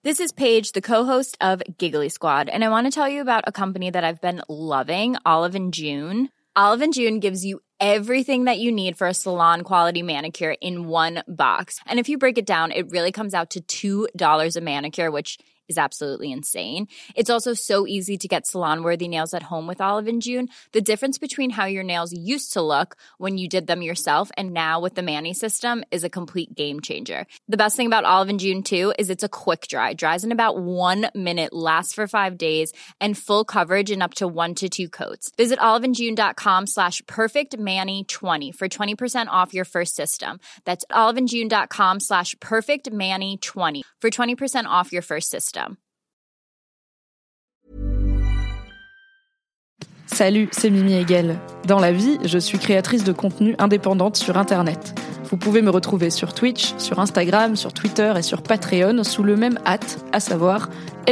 This is Paige, the co-host of Giggly Squad, and I want to tell you about a company that I've been loving, Olive & June. Olive & June gives you everything that you need for a salon-quality manicure in one box. And if you break it down, it really comes out to $2 a manicure, which is absolutely insane. It's also so easy to get salon-worthy nails at home with Olive & June. The difference between how your nails used to look when you did them yourself and now with the Mani system is a complete game changer. The best thing about Olive & June, too, is it's a quick dry. Dries in about 1 minute, lasts for 5 days, and full coverage in up to 1 to 2 coats. Visit oliveandjune.com/perfectmani20 for 20% off your first system. That's oliveandjune.com/perfectmani20 for 20% off your first system. Salut, c'est Mimi Hegel. Dans la vie, je suis créatrice de contenu indépendante sur Internet. Vous pouvez me retrouver sur Twitch, sur Instagram, sur Twitter et sur Patreon sous le même hâte, à savoir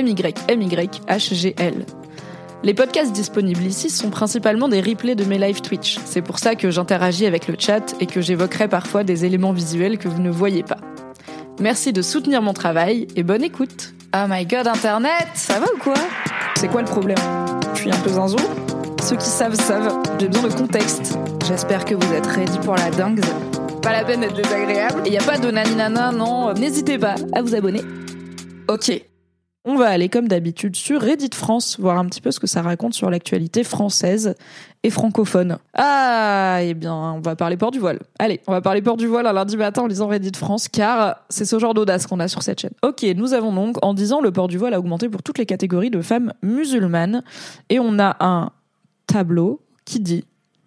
MYMYHGL. Les podcasts disponibles ici sont principalement des replays de mes live Twitch. C'est pour ça que j'interagis avec le chat et que j'évoquerai parfois des éléments visuels que vous ne voyez pas. Merci de soutenir mon travail et bonne écoute. Oh my god, Internet, ça va ou quoi ? C'est quoi le problème ? Je suis un peu zinzou ? Ceux qui savent, j'ai besoin de contexte. J'espère que vous êtes ready pour la dingue. Pas la peine d'être désagréable. Et y a pas de naninana, non, n'hésitez pas à vous abonner. Ok, on va aller comme d'habitude sur Reddit France, voir un petit peu ce que ça raconte sur l'actualité française et francophone. Ah, eh bien, on va parler port du voile. Allez, on va parler port du voile un lundi matin en lisant Reddit France, car c'est ce genre d'audace qu'on a sur cette chaîne. Ok, nous avons donc, en 10 ans, le port du voile a augmenté pour toutes les catégories de femmes musulmanes, et on a un tableau qui dit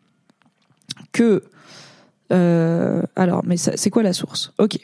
que... alors, mais c'est quoi la source ? Ok.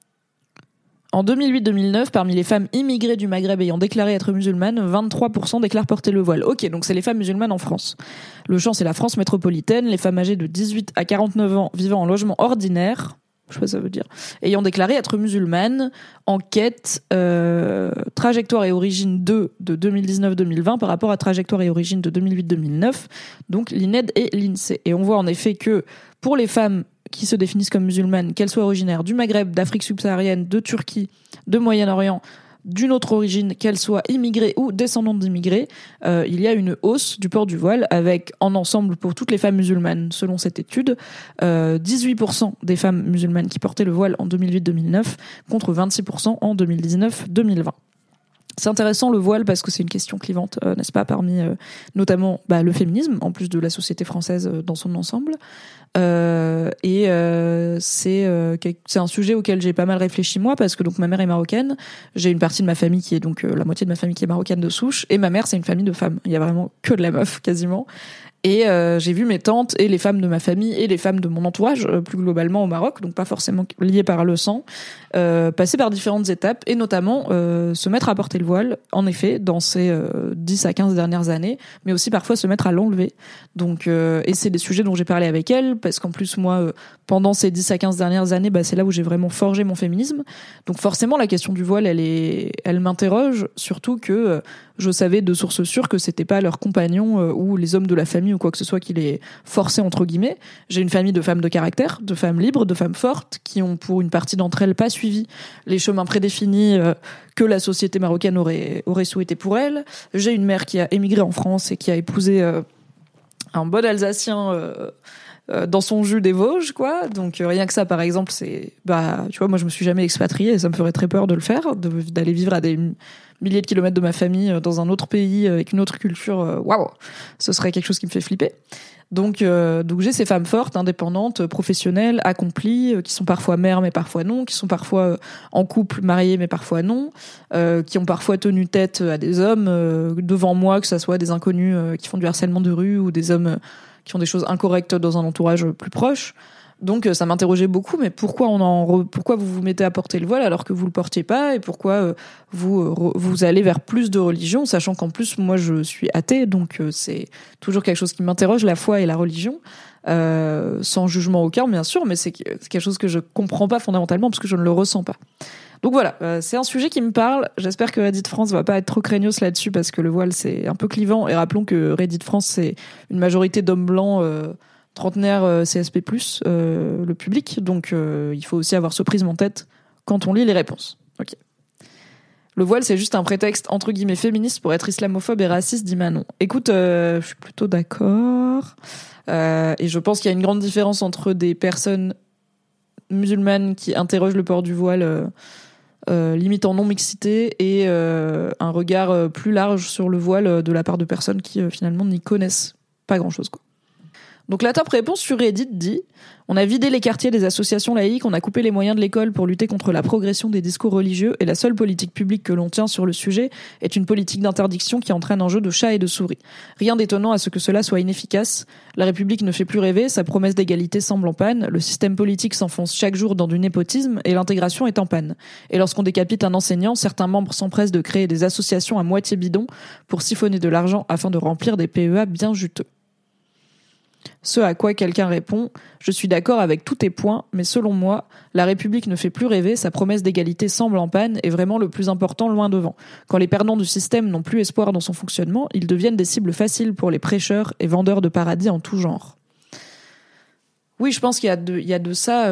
En 2008-2009, parmi les femmes immigrées du Maghreb ayant déclaré être musulmanes, 23% déclarent porter le voile. Ok, donc c'est les femmes musulmanes en France. Le champ, c'est la France métropolitaine. Les femmes âgées de 18 à 49 ans vivant en logement ordinaire, je sais pas ce que ça veut dire, ayant déclaré être musulmanes, enquête trajectoire et origine 2 de 2019-2020 par rapport à trajectoire et origine de 2008-2009, donc l'INED et l'INSEE. Et on voit en effet que pour les femmes qui se définissent comme musulmanes, qu'elles soient originaires du Maghreb, d'Afrique subsaharienne, de Turquie, de Moyen-Orient, d'une autre origine, qu'elles soient immigrées ou descendantes d'immigrés, il y a une hausse du port du voile avec, en ensemble, pour toutes les femmes musulmanes, selon cette étude, 18% des femmes musulmanes qui portaient le voile en 2008-2009 contre 26% en 2019-2020. C'est intéressant le voile parce que c'est une question clivante, n'est-ce pas, parmi notamment le féminisme, en plus de la société française dans son ensemble. C'est un sujet auquel j'ai pas mal réfléchi moi parce que donc ma mère est marocaine, j'ai une partie de ma famille qui est donc la moitié de ma famille qui est marocaine de souche, et ma mère c'est une famille de femmes. Il y a vraiment que de la meuf quasiment. Et j'ai vu mes tantes et les femmes de ma famille et les femmes de mon entourage plus globalement au Maroc, donc pas forcément liées par le sang, passer par différentes étapes et notamment se mettre à porter le voile, en effet, dans ces 10 à 15 dernières années, mais aussi parfois se mettre à l'enlever. Donc, et c'est des sujets dont j'ai parlé avec elle, parce qu'en plus moi, pendant ces 10 à 15 dernières années, c'est là où j'ai vraiment forgé mon féminisme. Donc forcément la question du voile, elle m'interroge, surtout que je savais de sources sûres que c'était pas leurs compagnons ou les hommes de la famille ou quoi que ce soit qui les forçaient entre guillemets. J'ai une famille de femmes de caractère, de femmes libres, de femmes fortes qui ont pour une partie d'entre elles pas suivi les chemins prédéfinis que la société marocaine aurait souhaité pour elles. J'ai une mère qui a émigré en France et qui a épousé un bon Alsacien dans son jus des Vosges, quoi. Donc rien que ça, par exemple, c'est tu vois, moi je me suis jamais expatriée et ça me ferait très peur de le faire, d'aller vivre à des milliers de kilomètres de ma famille dans un autre pays avec une autre culture. Waouh, ce serait quelque chose qui me fait flipper. Donc j'ai ces femmes fortes, indépendantes, professionnelles, accomplies, qui sont parfois mères mais parfois non, qui sont parfois en couple, mariées mais parfois non, qui ont parfois tenu tête à des hommes devant moi, que ça soit des inconnus qui font du harcèlement de rue ou des hommes qui font des choses incorrectes dans un entourage plus proche. Donc ça m'interrogeait beaucoup, mais pourquoi pourquoi vous vous mettez à porter le voile alors que vous le portiez pas, et pourquoi vous allez vers plus de religion, sachant qu'en plus moi je suis athée, donc c'est toujours quelque chose qui m'interroge, la foi et la religion, sans jugement aucun bien sûr, mais c'est quelque chose que je comprends pas fondamentalement parce que je ne le ressens pas. Donc voilà, c'est un sujet qui me parle. J'espère que Reddit France va pas être trop craignos là-dessus parce que le voile c'est un peu clivant, et rappelons que Reddit France c'est une majorité d'hommes blancs trentenaire CSP+, le public, donc il faut aussi avoir ce prisme en tête quand on lit les réponses. Ok. Le voile, c'est juste un prétexte entre guillemets féministe pour être islamophobe et raciste, dit Manon. Écoute, je suis plutôt d'accord. Et je pense qu'il y a une grande différence entre des personnes musulmanes qui interrogent le port du voile limite en non-mixité et un regard plus large sur le voile de la part de personnes qui finalement n'y connaissent pas grand-chose, quoi. Donc la top réponse sur Reddit dit « On a vidé les quartiers des associations laïques, on a coupé les moyens de l'école pour lutter contre la progression des discours religieux et la seule politique publique que l'on tient sur le sujet est une politique d'interdiction qui entraîne un jeu de chat et de souris. Rien d'étonnant à ce que cela soit inefficace. La République ne fait plus rêver, sa promesse d'égalité semble en panne, le système politique s'enfonce chaque jour dans du népotisme et l'intégration est en panne. Et lorsqu'on décapite un enseignant, certains membres s'empressent de créer des associations à moitié bidons pour siphonner de l'argent afin de remplir des PEA bien juteux. » Ce à quoi quelqu'un répond « Je suis d'accord avec tous tes points, mais selon moi, la République ne fait plus rêver, sa promesse d'égalité semble en panne et vraiment le plus important loin devant. Quand les perdants du système n'ont plus espoir dans son fonctionnement, ils deviennent des cibles faciles pour les prêcheurs et vendeurs de paradis en tout genre. » Oui, je pense qu'il y a de ça.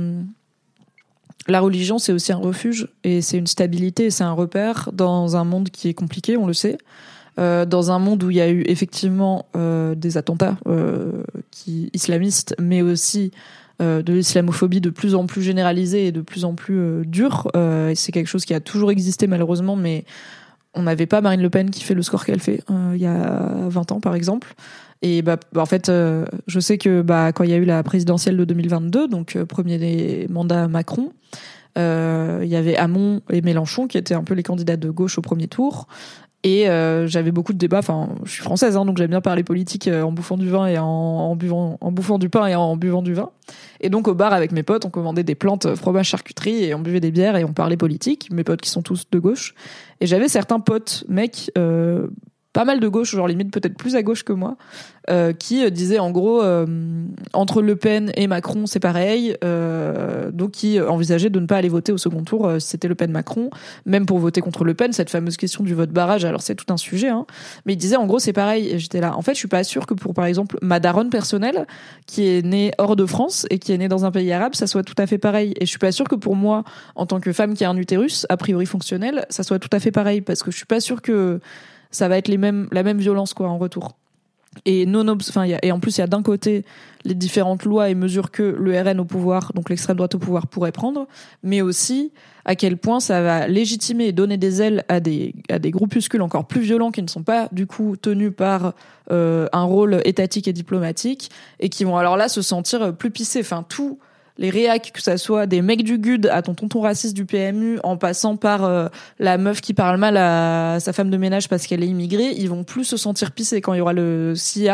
La religion, c'est aussi un refuge et c'est une stabilité et c'est un repère dans un monde qui est compliqué, on le sait. Dans un monde où il y a eu effectivement des attentats islamistes, mais aussi de l'islamophobie de plus en plus généralisée et de plus en plus dure. Et c'est quelque chose qui a toujours existé malheureusement, mais on n'avait pas Marine Le Pen qui fait le score qu'elle fait il y a 20 ans par exemple. Et en fait, je sais que quand il y a eu la présidentielle de 2022, donc premier des mandats Macron, il y avait Hamon et Mélenchon qui étaient un peu les candidats de gauche au premier tour. Et j'avais beaucoup de débats. Enfin, je suis française, donc j'aime bien parler politique en bouffant du vin et en bouffant du pain et en buvant du vin. Et donc au bar avec mes potes, on commandait des plantes, fromage, charcuterie et on buvait des bières et on parlait politique. Mes potes qui sont tous de gauche. Et j'avais certains potes mecs, pas mal de gauche, genre limite peut-être plus à gauche que moi, qui disaient en gros entre Le Pen et Macron c'est pareil, donc qui envisageaient de ne pas aller voter au second tour si c'était Le Pen-Macron, même pour voter contre Le Pen, cette fameuse question du vote barrage, alors c'est tout un sujet, mais ils disaient en gros c'est pareil, et j'étais là, en fait je suis pas sûre que pour par exemple ma daronne personnelle, qui est née hors de France et qui est née dans un pays arabe, ça soit tout à fait pareil, et je suis pas sûre que pour moi, en tant que femme qui a un utérus, a priori fonctionnel, ça soit tout à fait pareil, parce que je suis pas sûre que ça va être la même violence quoi en retour. Et et en plus il y a d'un côté les différentes lois et mesures que le RN au pouvoir, donc l'extrême droite au pouvoir pourrait prendre, mais aussi à quel point ça va légitimer et donner des ailes à des groupuscules encore plus violents qui ne sont pas du coup tenus par un rôle étatique et diplomatique et qui vont alors là se sentir plus pissés. Enfin tout. Les réacs, que ça soit des mecs du GUD à ton tonton raciste du PMU, en passant par la meuf qui parle mal à sa femme de ménage parce qu'elle est immigrée, ils vont plus se sentir pissés quand il y aura le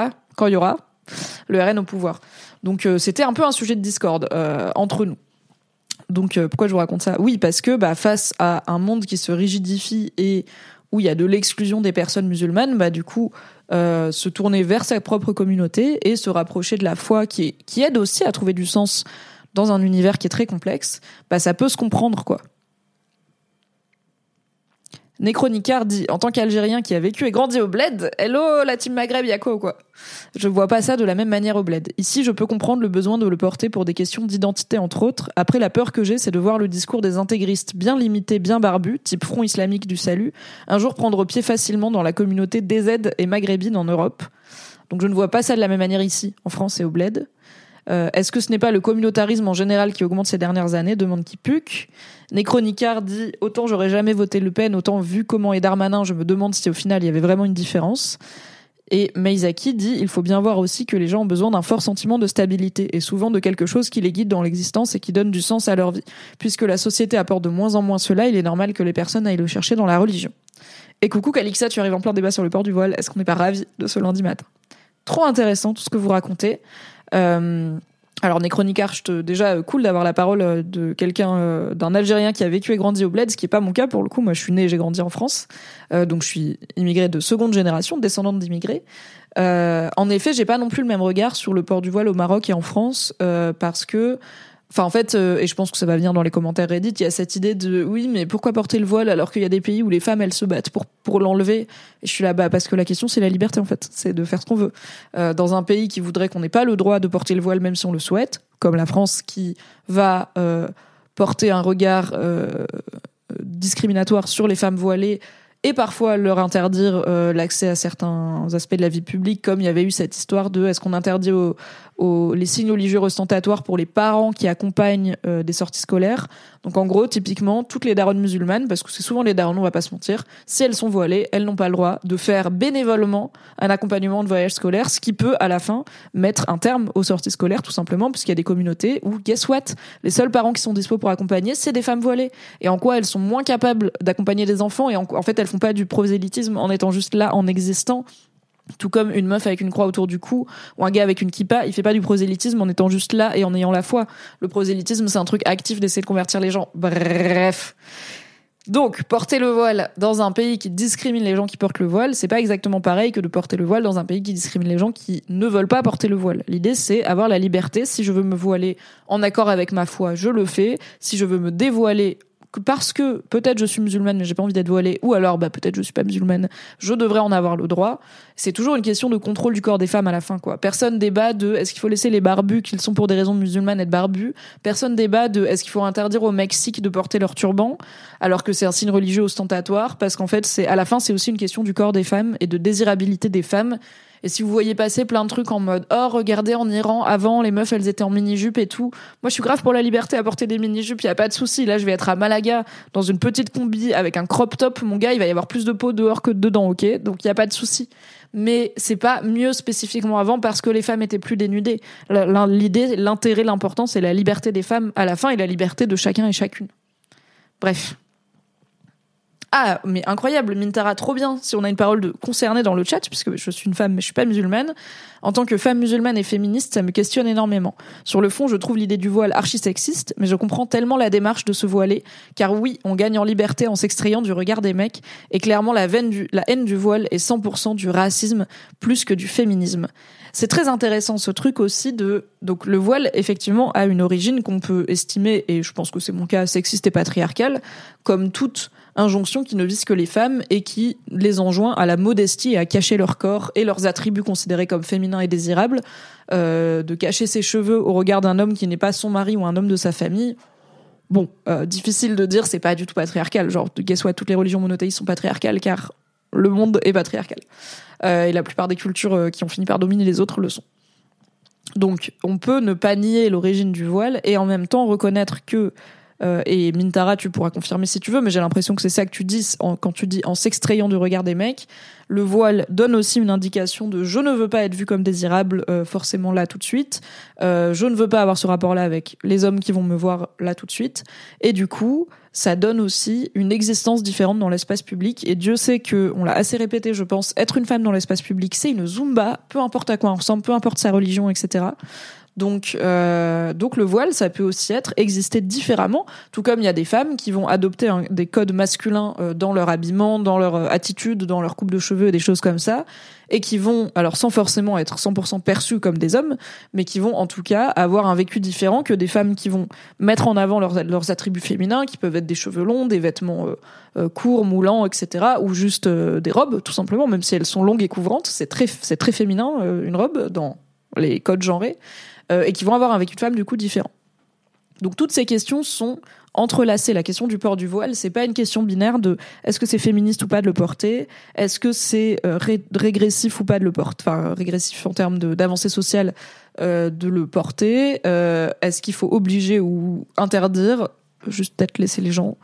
RN au pouvoir. Donc c'était un peu un sujet de discorde entre nous. Donc pourquoi je vous raconte ça ? Oui, parce que face à un monde qui se rigidifie et où il y a de l'exclusion des personnes musulmanes, du coup se tourner vers sa propre communauté et se rapprocher de la foi qui aide aussi à trouver du sens dans un univers qui est très complexe, ça peut se comprendre, quoi. Necronicard dit, en tant qu'Algérien qui a vécu et grandi au bled, hello la team Maghreb, y'a quoi ? Je vois pas ça de la même manière au bled. Ici, je peux comprendre le besoin de le porter pour des questions d'identité, entre autres. Après, la peur que j'ai, c'est de voir le discours des intégristes bien limité, bien barbu, type Front islamique du salut, un jour prendre pied facilement dans la communauté DZ et maghrébine en Europe. Donc je ne vois pas ça de la même manière ici, en France et au bled. Est-ce que ce n'est pas le communautarisme en général qui augmente ces dernières années ? Demande qui puque. Necronicard dit « Autant j'aurais jamais voté Le Pen, autant vu comment est Darmanin, je me demande si au final il y avait vraiment une différence. » Et Meizaki dit « Il faut bien voir aussi que les gens ont besoin d'un fort sentiment de stabilité et souvent de quelque chose qui les guide dans l'existence et qui donne du sens à leur vie. Puisque la société apporte de moins en moins cela, il est normal que les personnes aillent le chercher dans la religion. » Et coucou Calixa, tu arrives en plein débat sur le port du voile. Est-ce qu'on n'est pas ravis de ce lundi matin ? Trop intéressant tout ce que vous racontez. Alors Necronicard, déjà cool d'avoir la parole de quelqu'un, d'un Algérien qui a vécu et grandi au bled, ce qui est pas mon cas pour le coup. Moi, je suis née et j'ai grandi en France, donc je suis immigrée de seconde génération, descendante d'immigrés. En effet, j'ai pas non plus le même regard sur le port du voile au Maroc et en France, parce que en fait, et je pense que ça va venir dans les commentaires Reddit, il y a cette idée de oui, mais pourquoi porter le voile alors qu'il y a des pays où les femmes elles se battent pour l'enlever. Et je suis là parce que la question c'est la liberté en fait, c'est de faire ce qu'on veut. Dans un pays qui voudrait qu'on n'ait pas le droit de porter le voile même si on le souhaite, comme la France qui va porter un regard discriminatoire sur les femmes voilées et parfois leur interdire l'accès à certains aspects de la vie publique, comme il y avait eu cette histoire de est-ce qu'on interdit les signes religieux ostentatoires pour les parents qui accompagnent des sorties scolaires. Donc en gros, typiquement, toutes les daronnes musulmanes, parce que c'est souvent les daronnes, on va pas se mentir, si elles sont voilées, elles n'ont pas le droit de faire bénévolement un accompagnement de voyage scolaire, ce qui peut à la fin mettre un terme aux sorties scolaires, tout simplement, puisqu'il y a des communautés où, guess what, les seuls parents qui sont dispo pour accompagner, c'est des femmes voilées. Et en quoi elles sont moins capables d'accompagner des enfants, et en fait elles font pas du prosélytisme en étant juste là, en existant. Tout comme une meuf avec une croix autour du cou ou un gars avec une kippa, il fait pas du prosélytisme en étant juste là et en ayant la foi. Le prosélytisme, c'est un truc actif d'essayer de convertir les gens. Bref. Donc, porter le voile dans un pays qui discrimine les gens qui portent le voile, c'est pas exactement pareil que de porter le voile dans un pays qui discrimine les gens qui ne veulent pas porter le voile. L'idée, c'est avoir la liberté. Si je veux me voiler en accord avec ma foi, je le fais. Si je veux me dévoiler parce que peut-être je suis musulmane mais j'ai pas envie d'être voilée, ou alors peut-être je suis pas musulmane, je devrais en avoir le droit. C'est toujours une question de contrôle du corps des femmes à la fin, quoi. Personne débat de est-ce qu'il faut laisser les barbus qu'ils sont pour des raisons musulmanes être barbus. Personne débat de est-ce qu'il faut interdire au Mexique de porter leur turban alors que c'est un signe religieux ostentatoire, parce qu'en fait c'est à la fin c'est aussi une question du corps des femmes et de désirabilité des femmes. Et si vous voyez passer plein de trucs en mode oh regardez en Iran avant les meufs elles étaient en mini-jupe et tout, moi je suis grave pour la liberté à porter des mini-jupes, y a pas de souci. Là je vais être à Malaga dans une petite combi avec un crop top, mon gars il va y avoir plus de peau dehors que dedans, ok, donc y a pas de souci. Mais c'est pas mieux spécifiquement avant parce que les femmes étaient plus dénudées. L'idée, l'intérêt, l'important c'est la liberté des femmes à la fin et la liberté de chacun et chacune. Bref. Ah, mais incroyable, Mintara, trop bien. Si on a une parole de concernée dans le chat, puisque je suis une femme, mais je suis pas musulmane. En tant que femme musulmane et féministe, ça me questionne énormément. Sur le fond, je trouve l'idée du voile archi-sexiste, mais je comprends tellement la démarche de se voiler, car oui, on gagne en liberté en s'extrayant du regard des mecs, et clairement la haine du voile est 100% du racisme, plus que du féminisme. C'est très intéressant ce truc aussi donc le voile effectivement a une origine qu'on peut estimer, et je pense que c'est mon cas, sexiste et patriarcale, comme toute injonction qui ne vise que les femmes et qui les enjoint à la modestie et à cacher leur corps et leurs attributs considérés comme féminins et désirables, de cacher ses cheveux au regard d'un homme qui n'est pas son mari ou un homme de sa famille. Bon, difficile de dire, c'est pas du tout patriarcal. Genre, guess what, toutes les religions monothéistes sont patriarcales car le monde est patriarcal. Et la plupart des cultures qui ont fini par dominer les autres le sont. Donc, on peut ne pas nier l'origine du voile et en même temps reconnaître que et Mintara, tu pourras confirmer si tu veux, mais j'ai l'impression que c'est ça que tu dis quand tu dis en s'extrayant du regard des mecs. Le voile donne aussi une indication de je ne veux pas être vue comme désirable forcément là tout de suite. Je ne veux pas avoir ce rapport-là avec les hommes qui vont me voir là tout de suite. Et du coup, ça donne aussi une existence différente dans l'espace public. Et Dieu sait que, on l'a assez répété, je pense, être une femme dans l'espace public, c'est une zumba, peu importe à quoi on ressemble, peu importe sa religion, etc. Donc le voile, ça peut aussi exister différemment, tout comme il y a des femmes qui vont adopter des codes masculins dans leur habillement, dans leur attitude, dans leur coupe de cheveux et des choses comme ça, et qui vont, alors sans forcément être 100% perçues comme des hommes, mais qui vont en tout cas avoir un vécu différent que des femmes qui vont mettre en avant leurs attributs féminins, qui peuvent être des cheveux longs, des vêtements courts, moulants, etc., ou juste des robes, tout simplement, même si elles sont longues et couvrantes, c'est très féminin, une robe, dans les codes genrés. Et qui vont avoir un vécu de femme du coup différent. Donc toutes ces questions sont entrelacées. La question du port du voile, c'est pas une question binaire de est-ce que c'est féministe ou pas de le porter, est-ce que c'est régressif ou pas de le porter, enfin régressif en termes d'avancée sociale de le porter, est-ce qu'il faut obliger ou interdire, juste peut-être laisser les gens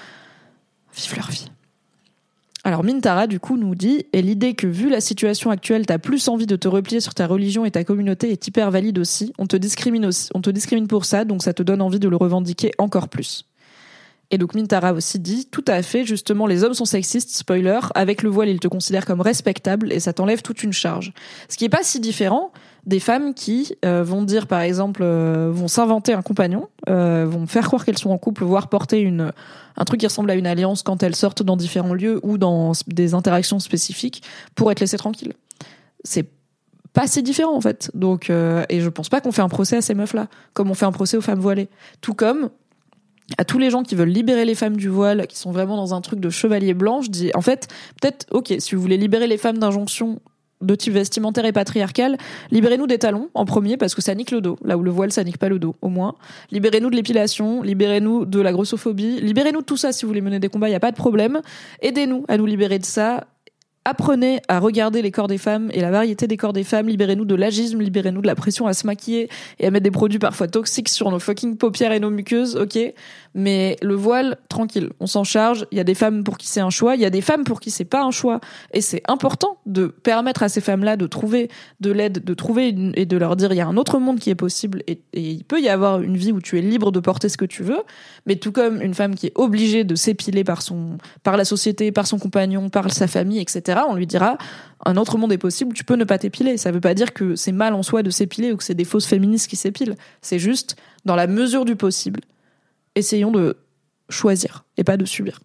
vivre leur vie. Alors Mintara, du coup, nous dit « Et l'idée que, vu la situation actuelle, t'as plus envie de te replier sur ta religion et ta communauté est hyper valide aussi. On te discrimine pour ça, donc ça te donne envie de le revendiquer encore plus. » Et donc Mintara aussi dit « Tout à fait, justement, les hommes sont sexistes, spoiler, avec le voile, ils te considèrent comme respectable et ça t'enlève toute une charge. » Ce qui est pas si différent des femmes qui vont dire, par exemple, vont s'inventer un compagnon, vont faire croire qu'elles sont en couple, voire porter un truc qui ressemble à une alliance quand elles sortent dans différents lieux ou dans des interactions spécifiques pour être laissées tranquilles. C'est pas si différent, en fait. Donc, et je pense pas qu'on fait un procès à ces meufs-là, comme on fait un procès aux femmes voilées. Tout comme à tous les gens qui veulent libérer les femmes du voile, qui sont vraiment dans un truc de chevalier blanc, je dis, en fait, peut-être, ok, si vous voulez libérer les femmes d'injonction de type vestimentaire et patriarcal, libérez-nous des talons en premier parce que ça nique le dos, là où le voile ça nique pas le dos au moins. Libérez-nous de l'épilation, libérez-nous de la grossophobie, libérez-nous de tout ça si vous voulez mener des combats, il y a pas de problème. Aidez-nous à nous libérer de ça. Apprenez à regarder les corps des femmes et la variété des corps des femmes. Libérez-nous de l'agisme, libérez-nous de la pression à se maquiller et à mettre des produits parfois toxiques sur nos fucking paupières et nos muqueuses, ok. Mais le voile, tranquille, on s'en charge. Il y a des femmes pour qui c'est un choix, il y a des femmes pour qui c'est pas un choix. Et c'est important de permettre à ces femmes-là de trouver de l'aide, et de leur dire il y a un autre monde qui est possible et il peut y avoir une vie où tu es libre de porter ce que tu veux. Mais tout comme une femme qui est obligée de s'épiler par la société, par son compagnon, par sa famille, etc., on lui dira un autre monde est possible, tu peux ne pas t'épiler. Ça veut pas dire que c'est mal en soi de s'épiler ou que c'est des fausses féministes qui s'épilent. C'est juste, dans la mesure du possible, essayons de choisir et pas de subir.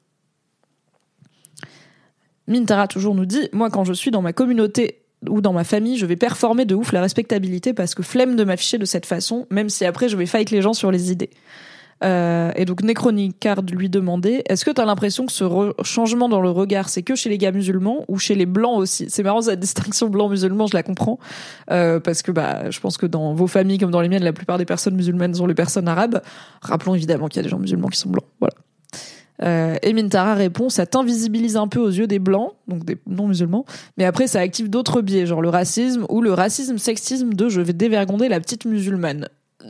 Mintara toujours nous dit, moi quand je suis dans ma communauté ou dans ma famille, je vais performer de ouf la respectabilité parce que flemme de m'afficher de cette façon, même si après je vais fight les gens sur les idées. Et donc Necronicard lui demandait, est-ce que t'as l'impression que ce changement dans le regard, c'est que chez les gars musulmans ou chez les blancs aussi? C'est marrant cette distinction blanc-musulman, je la comprends, parce que je pense que dans vos familles comme dans les miennes, la plupart des personnes musulmanes sont les personnes arabes. Rappelons évidemment qu'il y a des gens musulmans qui sont blancs, voilà. Et Mintara répond, ça t'invisibilise un peu aux yeux des blancs, donc des non-musulmans, mais après ça active d'autres biais, genre le racisme ou le racisme-sexisme de je vais dévergonder la petite musulmane.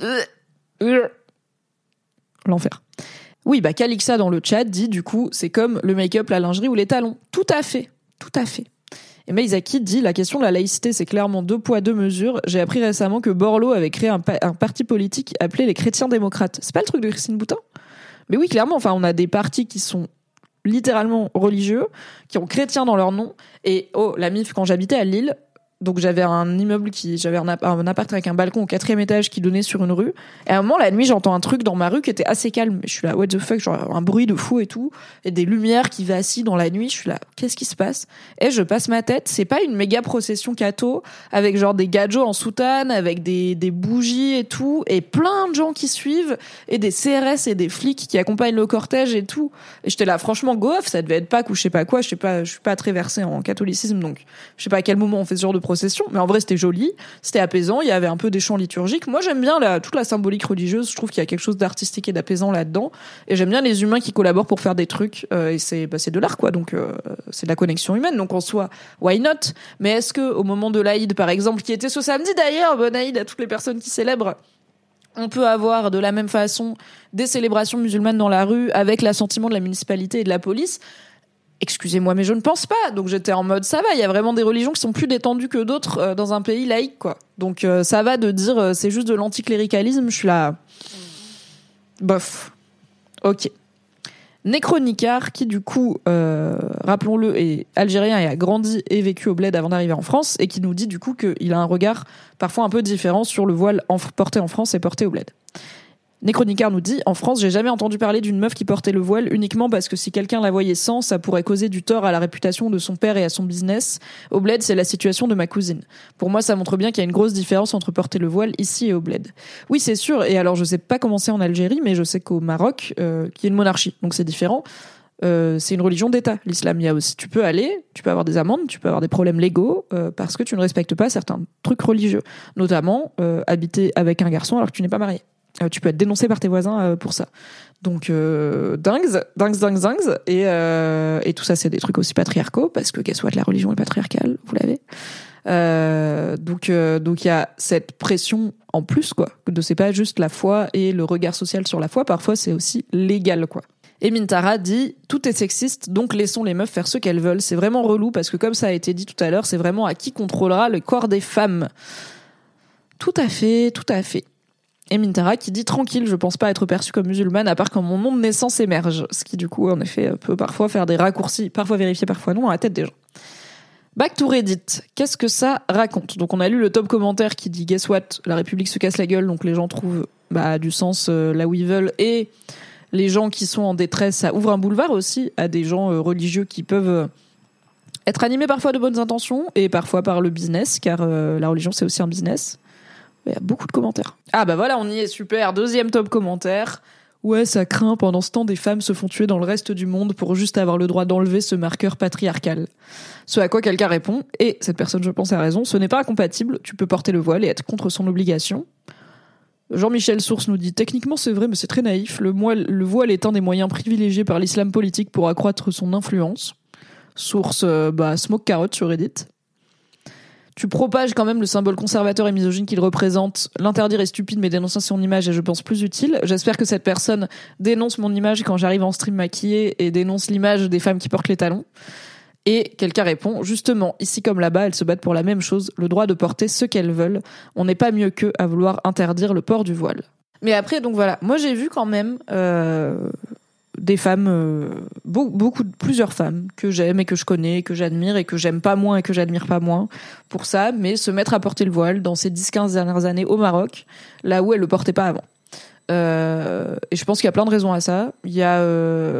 L'enfer. Oui, Calixa dans le chat dit, du coup, c'est comme le make-up, la lingerie ou les talons. Tout à fait. Et Meizaki dit, la question de la laïcité, c'est clairement 2 poids, 2 mesures. J'ai appris récemment que Borloo avait créé un parti politique appelé les chrétiens démocrates. C'est pas le truc de Christine Boutin? Mais oui, clairement, enfin, on a des partis qui sont littéralement religieux, qui ont chrétien dans leur nom. Et, la MIF, quand j'habitais à Lille, donc j'avais un immeuble j'avais un appart avec un balcon au 4e étage qui donnait sur une rue. Et à un moment, la nuit, j'entends un truc dans ma rue qui était assez calme. Je suis là, what the fuck, genre un bruit de fou et tout. Et des lumières qui vacillent dans la nuit. Je suis là, qu'est-ce qui se passe? Et je passe ma tête. C'est pas une méga procession catho avec genre des gadgets en soutane, avec des bougies et tout. Et plein de gens qui suivent. Et des CRS et des flics qui accompagnent le cortège et tout. Et j'étais là, franchement, go off, ça devait être Pâques ou je sais pas quoi. Je suis pas très versée en catholicisme, donc je sais pas à quel moment on fait ce genre de procession, mais en vrai c'était joli, c'était apaisant, il y avait un peu des chants liturgiques. Moi j'aime bien toute la symbolique religieuse, je trouve qu'il y a quelque chose d'artistique et d'apaisant là-dedans, et j'aime bien les humains qui collaborent pour faire des trucs, et c'est de l'art quoi, donc c'est de la connexion humaine, donc en soi why not. Mais est-ce que au moment de l'Aïd par exemple, qui était ce samedi d'ailleurs, bonne Aïd à toutes les personnes qui célèbrent, on peut avoir de la même façon des célébrations musulmanes dans la rue avec l'assentiment de la municipalité et de la police? Excusez-moi, mais je ne pense pas. Donc j'étais en mode, ça va, il y a vraiment des religions qui sont plus détendues que d'autres dans un pays laïque, quoi. Donc ça va de dire c'est juste de l'anticléricalisme, je suis là... Bof. Ok. Necronicard, qui du coup, rappelons-le, est algérien et a grandi et vécu au bled avant d'arriver en France, et qui nous dit du coup qu'il a un regard parfois un peu différent sur le voile porté en France et porté au bled. Necronicard nous dit, en France, j'ai jamais entendu parler d'une meuf qui portait le voile uniquement parce que si quelqu'un la voyait sans, ça pourrait causer du tort à la réputation de son père et à son business. Au bled, c'est la situation de ma cousine. Pour moi, ça montre bien qu'il y a une grosse différence entre porter le voile ici et au bled. Oui, c'est sûr. Et alors, je sais pas comment c'est en Algérie, mais je sais qu'au Maroc, qui est une monarchie, donc c'est différent. C'est une religion d'État, l'islam. Il y a aussi, tu peux avoir des amendes, tu peux avoir des problèmes légaux parce que tu ne respectes pas certains trucs religieux, notamment habiter avec un garçon alors que tu n'es pas marié. Tu peux être dénoncé par tes voisins pour ça. Donc dingues. Et tout ça, c'est des trucs aussi patriarcaux parce que guess what, la religion est patriarcale, vous l'avez. Donc il y a cette pression en plus quoi, que c'est pas juste la foi et le regard social sur la foi, parfois c'est aussi légal quoi. Et Mintara dit tout est sexiste, donc laissons les meufs faire ce qu'elles veulent. C'est vraiment relou parce que comme ça a été dit tout à l'heure, c'est vraiment à qui contrôlera le corps des femmes. Tout à fait. Et Mintara qui dit tranquille, je pense pas être perçue comme musulmane à part quand mon nom de naissance émerge, ce qui du coup en effet peut parfois faire des raccourcis, parfois vérifiés, parfois non, à la tête des gens. Back to Reddit, qu'est-ce que ça raconte? Donc on a lu le top commentaire qui dit guess what, la République se casse la gueule, donc les gens trouvent du sens là où ils veulent, et les gens qui sont en détresse, ça ouvre un boulevard aussi à des gens religieux qui peuvent être animés parfois de bonnes intentions et parfois par le business, car la religion c'est aussi un business. Il y a beaucoup de commentaires. Ah bah voilà, on y est, super. Deuxième top commentaire. Ouais, ça craint, pendant ce temps, des femmes se font tuer dans le reste du monde pour juste avoir le droit d'enlever ce marqueur patriarcal. Ce à quoi quelqu'un répond, et cette personne, je pense, a raison, ce n'est pas incompatible, tu peux porter le voile et être contre son obligation. Jean-Michel Source nous dit « Techniquement, c'est vrai, mais c'est très naïf. Le voile est un des moyens privilégiés par l'islam politique pour accroître son influence. » Source, Smoke Carrot sur Reddit. Tu propages quand même le symbole conservateur et misogyne qu'il représente. L'interdire est stupide, mais dénoncer son image est, je pense, plus utile. J'espère que cette personne dénonce mon image quand j'arrive en stream maquillée et dénonce l'image des femmes qui portent les talons. Et quelqu'un répond, justement, ici comme là-bas, elles se battent pour la même chose, le droit de porter ce qu'elles veulent. On n'est pas mieux qu'eux à vouloir interdire le port du voile. Mais après, donc voilà, moi j'ai vu quand même des femmes, plusieurs femmes que j'aime et que je connais, que j'admire et que j'aime pas moins et que j'admire pas moins pour ça, mais se mettre à porter le voile dans ces 10-15 dernières années au Maroc, là où elles le portaient pas avant. Et je pense qu'il y a plein de raisons à ça. Il y a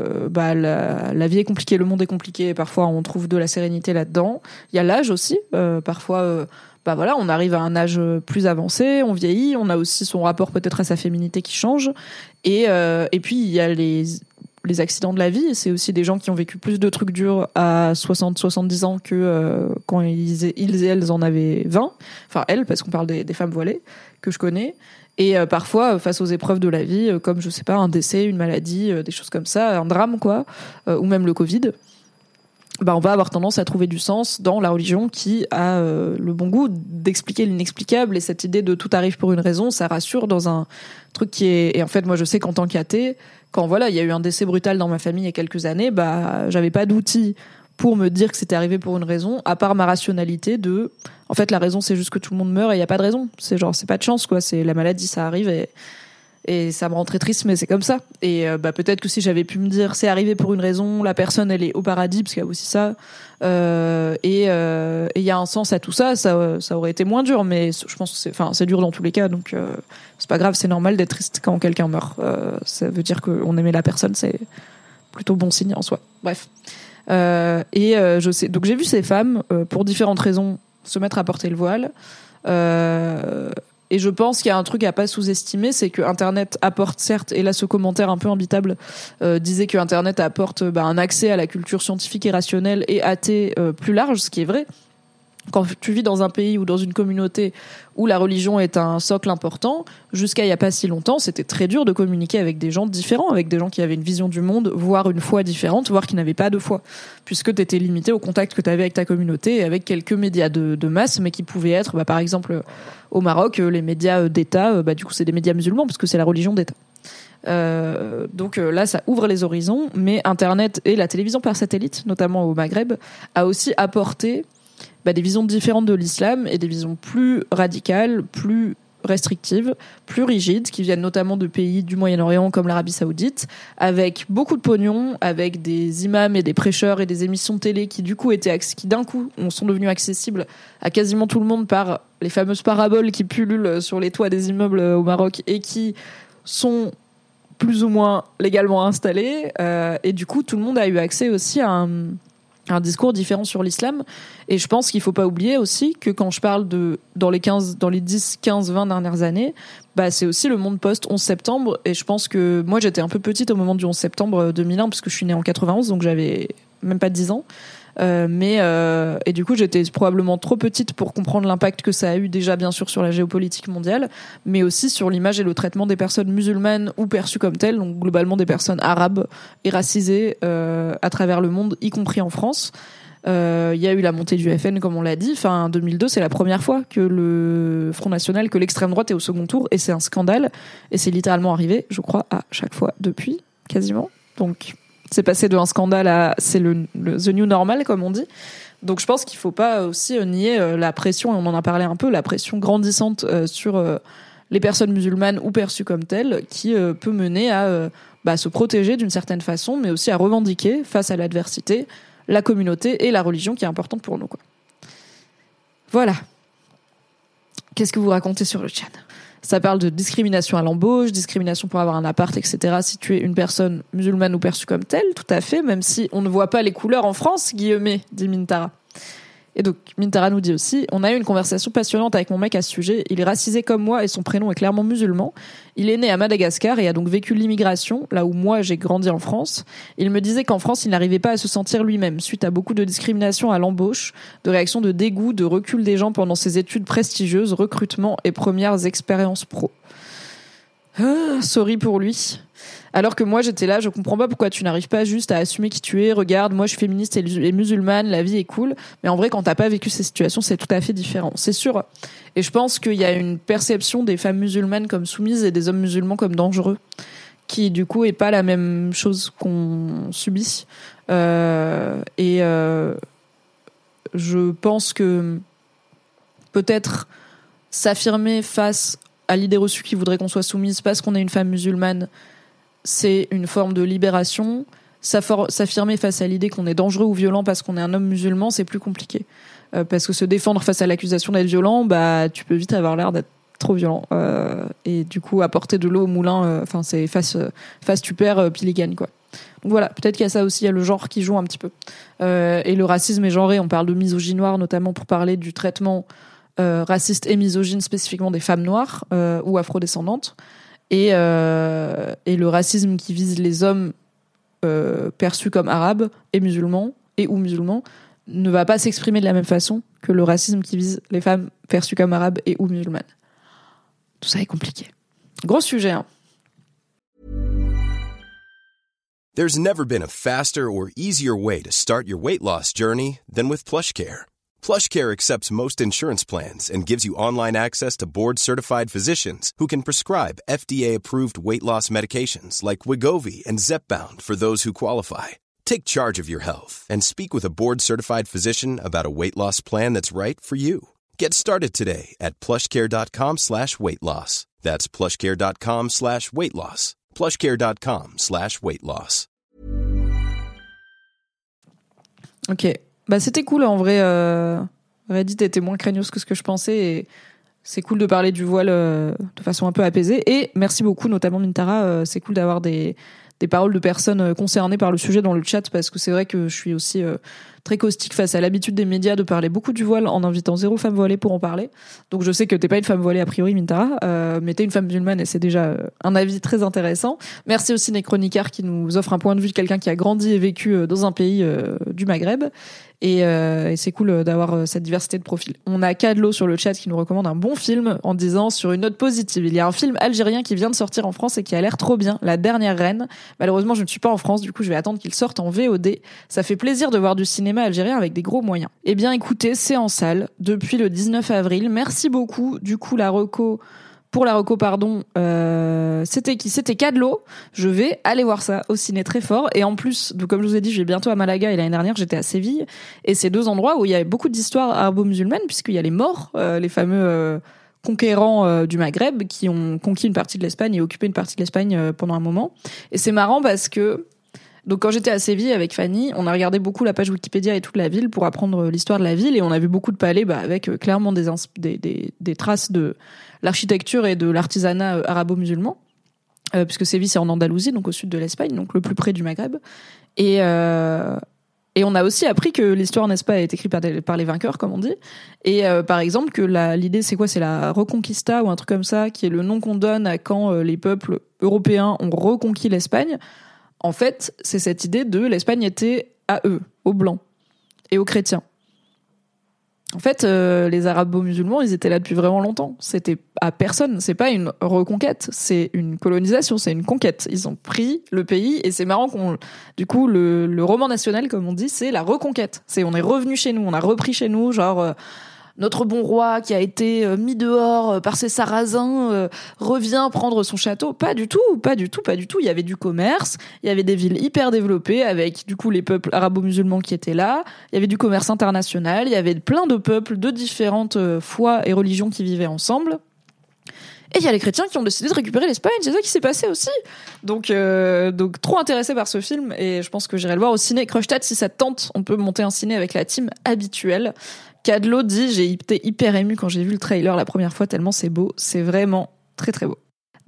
la vie est compliquée, le monde est compliqué, et parfois on trouve de la sérénité là-dedans. Il y a l'âge aussi, parfois on arrive à un âge plus avancé, on vieillit, on a aussi son rapport peut-être à sa féminité qui change, et puis il y a les accidents de la vie. C'est aussi des gens qui ont vécu plus de trucs durs à 60-70 ans que quand ils et elles en avaient 20. Enfin, elles, parce qu'on parle des femmes voilées, que je connais. Et parfois, face aux épreuves de la vie, comme, je sais pas, un décès, une maladie, des choses comme ça, un drame, quoi, ou même le Covid, on va avoir tendance à trouver du sens dans la religion qui a le bon goût d'expliquer l'inexplicable. Et cette idée de tout arrive pour une raison, ça rassure dans un truc qui est... Et en fait, moi, je sais qu'en tant qu'athée, quand il y a eu un décès brutal dans ma famille il y a quelques années, j'avais pas d'outils pour me dire que c'était arrivé pour une raison, à part ma rationalité de... En fait, la raison, c'est juste que tout le monde meurt et il y a pas de raison. C'est pas de chance, quoi. C'est la maladie, ça arrive et ça me rend très triste, mais c'est comme ça. Et peut-être que si j'avais pu me dire c'est arrivé pour une raison, la personne elle est au paradis, parce qu'il y a aussi ça, et il y a un sens à tout ça, ça aurait été moins dur, mais je pense que c'est dur dans tous les cas, donc c'est pas grave, c'est normal d'être triste quand quelqu'un meurt. Ça veut dire qu'on aimait la personne, c'est plutôt bon signe en soi. Bref. Je sais, donc j'ai vu ces femmes pour différentes raisons se mettre à porter le voile. Et je pense qu'il y a un truc à pas sous-estimer, c'est que Internet apporte, certes, et là ce commentaire un peu imbitable disait que Internet apporte un accès à la culture scientifique et rationnelle et athée plus large, ce qui est vrai. Quand tu vis dans un pays ou dans une communauté où la religion est un socle important, jusqu'à il y a pas si longtemps, c'était très dur de communiquer avec des gens différents, avec des gens qui avaient une vision du monde, voire une foi différente, voire qui n'avaient pas de foi, puisque tu étais limité au contact que tu avais avec ta communauté et avec quelques médias de masse, mais qui pouvaient être, par exemple, au Maroc, les médias d'État, du coup c'est des médias musulmans, parce que c'est la religion d'État. Donc là ça ouvre les horizons, mais Internet et la télévision par satellite, notamment au Maghreb, a aussi apporté des visions différentes de l'islam et des visions plus radicales, plus restrictives, plus rigides, qui viennent notamment de pays du Moyen-Orient comme l'Arabie Saoudite, avec beaucoup de pognon, avec des imams et des prêcheurs et des émissions de télé qui d'un coup sont devenues accessibles à quasiment tout le monde par les fameuses paraboles qui pullulent sur les toits des immeubles au Maroc et qui sont plus ou moins légalement installées. Et du coup, tout le monde a eu accès aussi à un discours différent sur l'islam. Et je pense qu'il faut pas oublier aussi que quand je parle dans les 10, 15, 20 dernières années, c'est aussi le monde post-11 septembre. Et je pense que moi, j'étais un peu petite au moment du 11 septembre 2001, parce que je suis née en 91, donc j'avais même pas 10 ans. Et du coup, j'étais probablement trop petite pour comprendre l'impact que ça a eu déjà, bien sûr, sur la géopolitique mondiale, mais aussi sur l'image et le traitement des personnes musulmanes ou perçues comme telles, donc globalement des personnes arabes et racisées à travers le monde, y compris en France. Il y a eu la montée du FN, comme on l'a dit. En 2002, c'est la première fois que le Front National, que l'extrême droite est au second tour, et c'est un scandale. Et c'est littéralement arrivé, je crois, à chaque fois depuis, quasiment. Donc... c'est passé de un scandale à c'est le the new normal, comme on dit. Donc je pense qu'il faut pas aussi nier la pression, et on en a parlé un peu, la pression grandissante sur les personnes musulmanes ou perçues comme telles, qui peut mener à se protéger d'une certaine façon, mais aussi à revendiquer face à l'adversité la communauté et la religion qui est importante pour nous, quoi. Voilà. Qu'est-ce que vous racontez sur le chat ? Ça parle de discrimination à l'embauche, discrimination pour avoir un appart, etc. Si tu es une personne musulmane ou perçue comme telle, tout à fait, même si on ne voit pas les couleurs en France, Guillemets, dit Mintara. Et donc, Mintara nous dit aussi, on a eu une conversation passionnante avec mon mec à ce sujet. Il est racisé comme moi et son prénom est clairement musulman. Il est né à Madagascar et a donc vécu l'immigration, là où moi j'ai grandi en France. Il me disait qu'en France, il n'arrivait pas à se sentir lui-même, suite à beaucoup de discrimination à l'embauche, de réactions de dégoût, de recul des gens pendant ses études prestigieuses, recrutement et premières expériences pro. Sorry pour lui. Alors que moi j'étais là, je comprends pas pourquoi tu n'arrives pas juste à assumer qui tu es. Regarde, moi je suis féministe et musulmane, la vie est cool. Mais en vrai, quand t'as pas vécu ces situations, c'est tout à fait différent, c'est sûr. Et je pense qu'il y a une perception des femmes musulmanes comme soumises et des hommes musulmans comme dangereux, qui du coup est pas la même chose qu'on subit. Je pense que peut-être s'affirmer face à l'idée reçue qui voudrait qu'on soit soumise parce qu'on est une femme musulmane, c'est une forme de libération. S'affirmer face à l'idée qu'on est dangereux ou violent parce qu'on est un homme musulman, c'est plus compliqué. Parce que se défendre face à l'accusation d'être violent, bah tu peux vite avoir l'air d'être trop violent. Et du coup, apporter de l'eau au moulin, c'est face tu perds, pile gagne, quoi. Donc voilà, peut-être qu'il y a ça aussi, il y a le genre qui joue un petit peu. Et le racisme est genré, on parle de misogynie noire, notamment pour parler du traitement raciste et misogyne spécifiquement des femmes noires ou afrodescendantes. Et le racisme qui vise les hommes perçus comme arabes et musulmans ou musulmans ne va pas s'exprimer de la même façon que le racisme qui vise les femmes perçues comme arabes et ou musulmanes. Tout ça est compliqué. Gros sujet, hein. There's never been a faster or easier way to start your weight loss journey than with PlushCare. PlushCare accepts most insurance plans and gives you online access to board-certified physicians who can prescribe FDA-approved weight loss medications like Wegovy and Zepbound for those who qualify. Take charge of your health and speak with a board-certified physician about a weight loss plan that's right for you. Get started today at plushcare.com/weight loss. That's plushcare.com/weight loss. plushcare.com/weight loss. Ok. Bah, c'était cool, en vrai. Reddit était moins craignos que ce que je pensais. Et c'est cool de parler du voile de façon un peu apaisée. Et merci beaucoup, notamment Mintara. C'est cool d'avoir des paroles de personnes concernées par le sujet dans le chat, parce que c'est vrai que je suis aussi très caustique face à l'habitude des médias de parler beaucoup du voile en invitant 0 femme voilée pour en parler. Donc je sais que t'es pas une femme voilée a priori, Mintara, mais t'es une femme musulmane et c'est déjà un avis très intéressant. Merci aussi Necronicar qui nous offre un point de vue de quelqu'un qui a grandi et vécu dans un pays du Maghreb. Et c'est cool d'avoir cette diversité de profils. On a Cadlo sur le chat qui nous recommande un bon film en disant sur une note positive. Il y a un film algérien qui vient de sortir en France et qui a l'air trop bien, La Dernière Reine. Malheureusement, je ne suis pas en France, du coup je vais attendre qu'il sorte en VOD. Ça fait plaisir de voir du cinéma algérien avec des gros moyens. Eh bien écoutez, c'est en salle depuis le 19 avril. Merci beaucoup. Du coup, pour la reco, c'était qui ? C'était Cadlo. Je vais aller voir ça au ciné très fort. Et en plus, comme je vous ai dit, je vais bientôt à Malaga et l'année dernière, j'étais à Séville. Et c'est 2 endroits où il y a beaucoup d'histoires arabo-musulmanes, puisqu'il y a les Maures, les fameux conquérants du Maghreb, qui ont conquis une partie de l'Espagne et occupé une partie de l'Espagne pendant un moment. Et c'est marrant parce que donc quand j'étais à Séville avec Fanny, on a regardé beaucoup la page Wikipédia et toute la ville pour apprendre l'histoire de la ville, et on a vu beaucoup de palais avec clairement des traces de l'architecture et de l'artisanat arabo-musulman, puisque Séville c'est en Andalousie, donc au sud de l'Espagne, donc le plus près du Maghreb. Et on a aussi appris que l'histoire, n'est-ce pas, est écrite par les vainqueurs, comme on dit. Et par exemple, que l'idée, c'est quoi ? C'est la Reconquista ou un truc comme ça, qui est le nom qu'on donne à quand les peuples européens ont reconquis l'Espagne. En fait, c'est cette idée de l'Espagne était à eux, aux Blancs et aux chrétiens. En fait, les arabo-musulmans, ils étaient là depuis vraiment longtemps. C'était à personne. C'est pas une reconquête, c'est une colonisation, c'est une conquête. Ils ont pris le pays, et c'est marrant du coup, le roman national, comme on dit, c'est la reconquête. On est revenu chez nous, on a repris chez nous, genre, notre bon roi qui a été mis dehors par ces Sarrasins revient prendre son château. Pas du tout. Il y avait du commerce, il y avait des villes hyper développées avec du coup les peuples arabo-musulmans qui étaient là, il y avait du commerce international, il y avait plein de peuples de différentes foi et religions qui vivaient ensemble. Et il y a les chrétiens qui ont décidé de récupérer l'Espagne, c'est ça qui s'est passé aussi. Donc trop intéressé par ce film, et je pense que j'irai le voir au ciné. Crushtat, si ça te tente, on peut monter un ciné avec la team habituelle. Cadlo dit, j'ai été hyper ému quand j'ai vu le trailer la première fois, tellement c'est beau, c'est vraiment très très beau.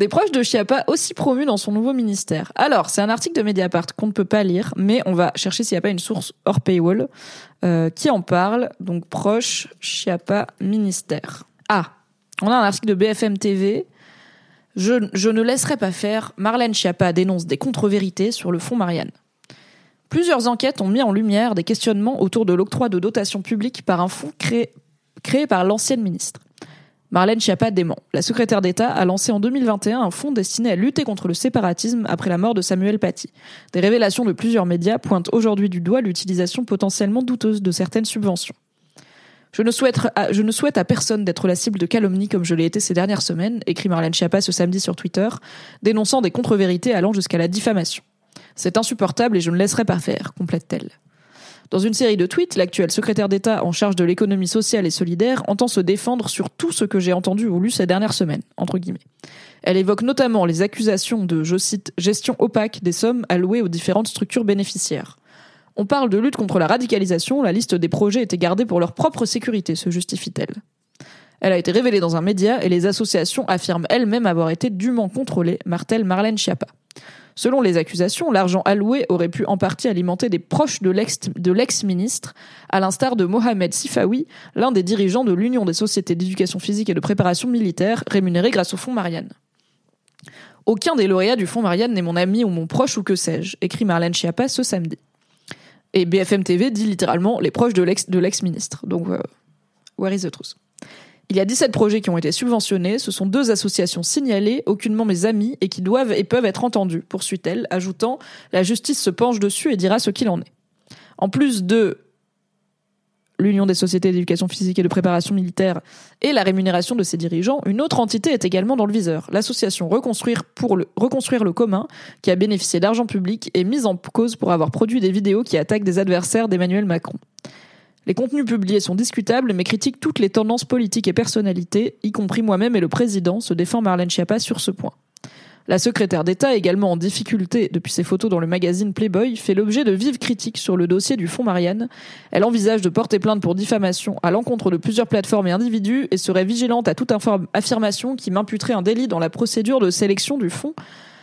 Des proches de Schiappa aussi promus dans son nouveau ministère. Alors, c'est un article de Mediapart qu'on ne peut pas lire, mais on va chercher s'il n'y a pas une source hors paywall qui en parle. Donc, proche Schiappa ministère. Ah, on a un article de BFM TV. Je ne laisserai pas faire. Marlène Schiappa dénonce des contre-vérités sur le fonds Marianne. Plusieurs enquêtes ont mis en lumière des questionnements autour de l'octroi de dotations publiques par un fonds créé par l'ancienne ministre. Marlène Schiappa dément. La secrétaire d'État a lancé en 2021 un fonds destiné à lutter contre le séparatisme après la mort de Samuel Paty. Des révélations de plusieurs médias pointent aujourd'hui du doigt l'utilisation potentiellement douteuse de certaines subventions. Je ne souhaite à personne d'être la cible de calomnie comme je l'ai été ces dernières semaines, écrit Marlène Schiappa ce samedi sur Twitter, dénonçant des contre-vérités allant jusqu'à la diffamation. C'est insupportable et je ne laisserai pas faire, complète-t-elle. Dans une série de tweets, l'actuelle secrétaire d'État en charge de l'économie sociale et solidaire entend se défendre sur tout ce que j'ai entendu ou lu ces dernières semaines, entre guillemets. Elle évoque notamment les accusations de, je cite, gestion opaque des sommes allouées aux différentes structures bénéficiaires. On parle de lutte contre la radicalisation, la liste des projets était gardée pour leur propre sécurité, se justifie-t-elle. Elle a été révélée dans un média et les associations affirment elles-mêmes avoir été dûment contrôlées, martèle Marlène Schiappa. Selon les accusations, l'argent alloué aurait pu en partie alimenter des proches de l'ex-ministre, à l'instar de Mohamed Sifawi, l'un des dirigeants de l'Union des sociétés d'éducation physique et de préparation militaire, rémunéré grâce au fonds Marianne. Aucun des lauréats du fonds Marianne n'est mon ami ou mon proche ou que sais-je, écrit Marlène Schiappa ce samedi. Et BFM TV dit littéralement les proches de l'ex-ministre. Donc, where is the truth? Il y a 17 projets qui ont été subventionnés. Ce sont 2 associations signalées, aucunement mes amis, et qui doivent et peuvent être entendues, poursuit-elle, ajoutant « La justice se penche dessus et dira ce qu'il en est ». En plus de l'Union des sociétés d'éducation physique et de préparation militaire et la rémunération de ses dirigeants, une autre entité est également dans le viseur. L'association Reconstruire le commun, qui a bénéficié d'argent public, est mise en cause pour avoir produit des vidéos qui attaquent des adversaires d'Emmanuel Macron. Les contenus publiés sont discutables, mais critiquent toutes les tendances politiques et personnalités, y compris moi-même et le président, se défend Marlène Schiappa sur ce point. La secrétaire d'État, également en difficulté depuis ses photos dans le magazine Playboy, fait l'objet de vives critiques sur le dossier du fonds Marianne. Elle envisage de porter plainte pour diffamation à l'encontre de plusieurs plateformes et individus et serait vigilante à toute affirmation qui m'imputerait un délit dans la procédure de sélection du fonds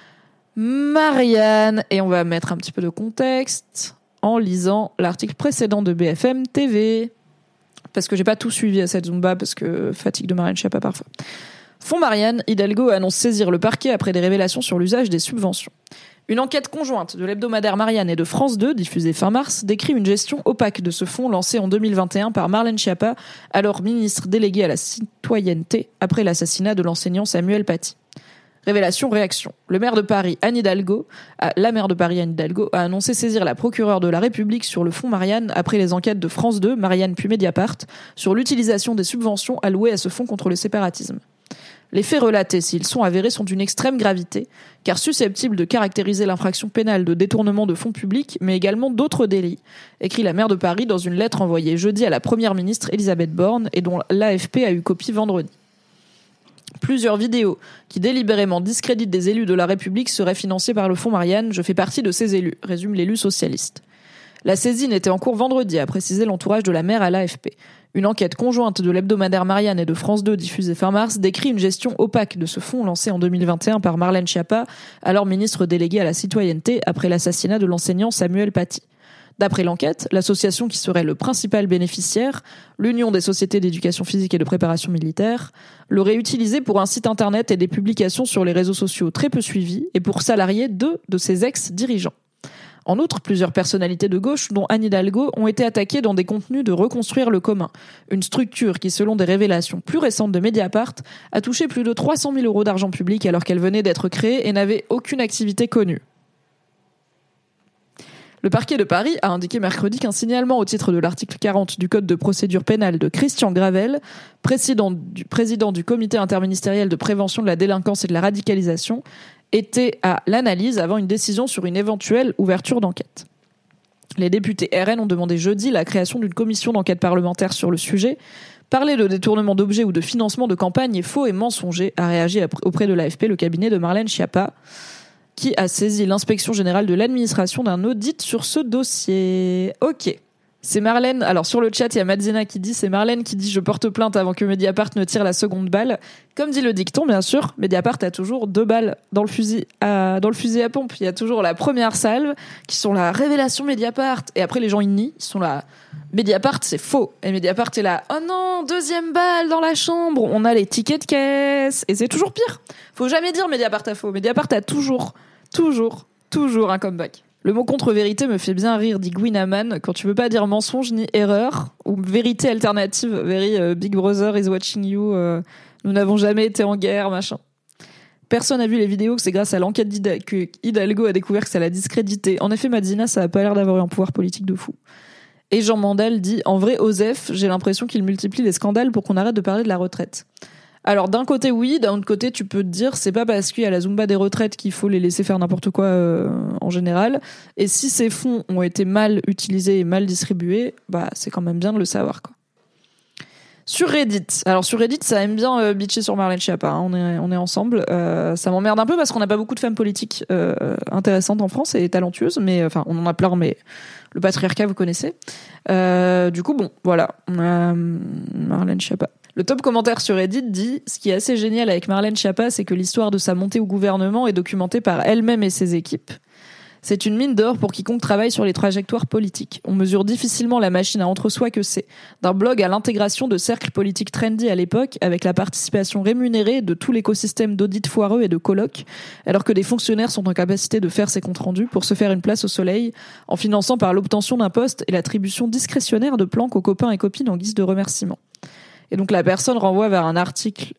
Marianne. Et on va mettre un petit peu de contexte en lisant l'article précédent de BFM TV. Parce que j'ai pas tout suivi à cette Zumba, parce que fatigue de Marlène Schiappa parfois. Fonds Marianne, Hidalgo annonce saisir le parquet après des révélations sur l'usage des subventions. Une enquête conjointe de l'hebdomadaire Marianne et de France 2, diffusée fin mars, décrit une gestion opaque de ce fonds lancé en 2021 par Marlène Schiappa, alors ministre déléguée à la citoyenneté, après l'assassinat de l'enseignant Samuel Paty. Révélation-réaction. La maire de Paris, Anne Hidalgo, a annoncé saisir la procureure de la République sur le fonds Marianne après les enquêtes de France 2, Marianne puis Mediapart, sur l'utilisation des subventions allouées à ce fonds contre le séparatisme. Les faits relatés, s'ils sont avérés, sont d'une extrême gravité, car susceptibles de caractériser l'infraction pénale de détournement de fonds publics, mais également d'autres délits, écrit la maire de Paris dans une lettre envoyée jeudi à la première ministre Elisabeth Borne et dont l'AFP a eu copie vendredi. Plusieurs vidéos qui délibérément discréditent des élus de la République seraient financées par le fonds Marianne. Je fais partie de ces élus, résume l'élu socialiste. La saisine était en cours vendredi, a précisé l'entourage de la maire à l'AFP. Une enquête conjointe de l'hebdomadaire Marianne et de France 2 diffusée fin mars décrit une gestion opaque de ce fonds lancé en 2021 par Marlène Schiappa, alors ministre déléguée à la citoyenneté après l'assassinat de l'enseignant Samuel Paty. D'après l'enquête, l'association qui serait le principal bénéficiaire, l'Union des sociétés d'éducation physique et de préparation militaire, l'aurait utilisé pour un site internet et des publications sur les réseaux sociaux très peu suivis et pour salarier 2 de ses ex-dirigeants. En outre, plusieurs personnalités de gauche, dont Anne Hidalgo, ont été attaquées dans des contenus de Reconstruire le commun, une structure qui, selon des révélations plus récentes de Mediapart, a touché plus de 300 000 € d'argent public alors qu'elle venait d'être créée et n'avait aucune activité connue. Le parquet de Paris a indiqué mercredi qu'un signalement au titre de l'article 40 du Code de procédure pénale de Christian Gravel, président du comité interministériel de prévention de la délinquance et de la radicalisation, était à l'analyse avant une décision sur une éventuelle ouverture d'enquête. Les députés RN ont demandé jeudi la création d'une commission d'enquête parlementaire sur le sujet. Parler de détournement d'objets ou de financement de campagne est faux et mensonger, a réagi auprès de l'AFP le cabinet de Marlène Schiappa, qui a saisi l'inspection générale de l'administration d'un audit sur ce dossier. Ok. C'est Marlène. Alors sur le chat, il y a Madzena qui dit, c'est Marlène qui dit je porte plainte avant que Mediapart ne tire la seconde balle. Comme dit le dicton, bien sûr, Mediapart a toujours 2 balles dans le fusil à pompe. Il y a toujours la première salve qui sont la révélation Mediapart, et après les gens ils nient, ils sont là. Mediapart c'est faux, et Mediapart est là. Oh non, 2e balle dans la chambre. On a les tickets de caisse, et c'est toujours pire. Faut jamais dire Mediapart a faux. Mediapart a toujours un comeback. Le mot contre-vérité me fait bien rire, dit Gwinaman, quand tu veux pas dire mensonge ni erreur, ou vérité alternative, very Big Brother is watching you, nous n'avons jamais été en guerre, machin. Personne n'a vu les vidéos, que c'est grâce à l'enquête que Hidalgo a découvert que ça l'a discrédité. En effet, Madzina, ça a pas l'air d'avoir eu un pouvoir politique de fou. Et Jean Mandel dit, en vrai, Osef, j'ai l'impression qu'il multiplie les scandales pour qu'on arrête de parler de la retraite. Alors d'un côté oui, d'un autre côté tu peux te dire c'est pas parce qu'il y a la Zumba des retraites qu'il faut les laisser faire n'importe quoi en général, et si ces fonds ont été mal utilisés et mal distribués, bah c'est quand même bien de le savoir quoi. Sur Reddit, alors sur Reddit ça aime bien bitcher sur Marlène Schiappa, hein, on est ensemble, ça m'emmerde un peu parce qu'on n'a pas beaucoup de femmes politiques intéressantes en France et talentueuses, mais enfin on en a plein, mais le patriarcat vous connaissez. Du coup bon voilà, Marlène Schiappa. Le top commentaire sur Reddit dit « Ce qui est assez génial avec Marlène Schiappa, c'est que l'histoire de sa montée au gouvernement est documentée par elle-même et ses équipes. C'est une mine d'or pour quiconque travaille sur les trajectoires politiques. On mesure difficilement la machine à entre-soi que c'est. D'un blog à l'intégration de cercles politiques trendy à l'époque, avec la participation rémunérée de tout l'écosystème d'audits foireux et de colloques, alors que des fonctionnaires sont en capacité de faire ces comptes rendus pour se faire une place au soleil, en finançant par l'obtention d'un poste et l'attribution discrétionnaire de planques aux copains et copines en guise de remerciement. » Et donc la personne renvoie vers un article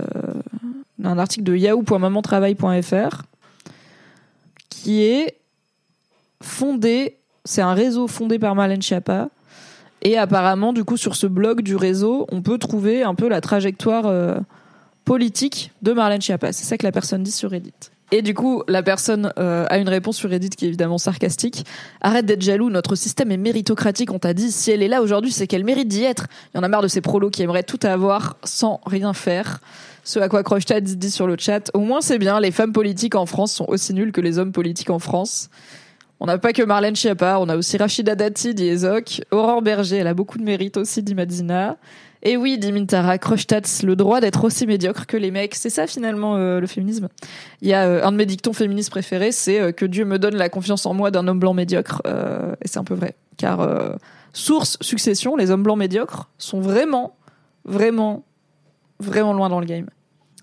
de yahoo.mamantravail.fr qui est fondé, c'est un réseau fondé par Marlène Schiappa, et apparemment du coup sur ce blog du réseau on peut trouver un peu la trajectoire politique de Marlène Schiappa. C'est ça que la personne dit sur Reddit. Et du coup, la personne a une réponse sur Reddit qui est évidemment sarcastique. Arrête d'être jaloux, notre système est méritocratique, on t'a dit. Si elle est là aujourd'hui, c'est qu'elle mérite d'y être. Il y en a marre de ces prolos qui aimeraient tout avoir sans rien faire. Ce à quoi Crochetad dit sur le chat. Au moins, c'est bien, les femmes politiques en France sont aussi nulles que les hommes politiques en France. On n'a pas que Marlène Schiappa, on a aussi Rachida Dati, dit Ezok. Aurore Berger, elle a beaucoup de mérite aussi, dit Madzina. Et oui, dit Mintara, Crochetad, le droit d'être aussi médiocre que les mecs. C'est ça finalement le féminisme. Il y a un de mes dictons féministes préférés, c'est que Dieu me donne la confiance en moi d'un homme blanc médiocre. Et c'est un peu vrai. Car source, succession, les hommes blancs médiocres sont vraiment loin dans le game.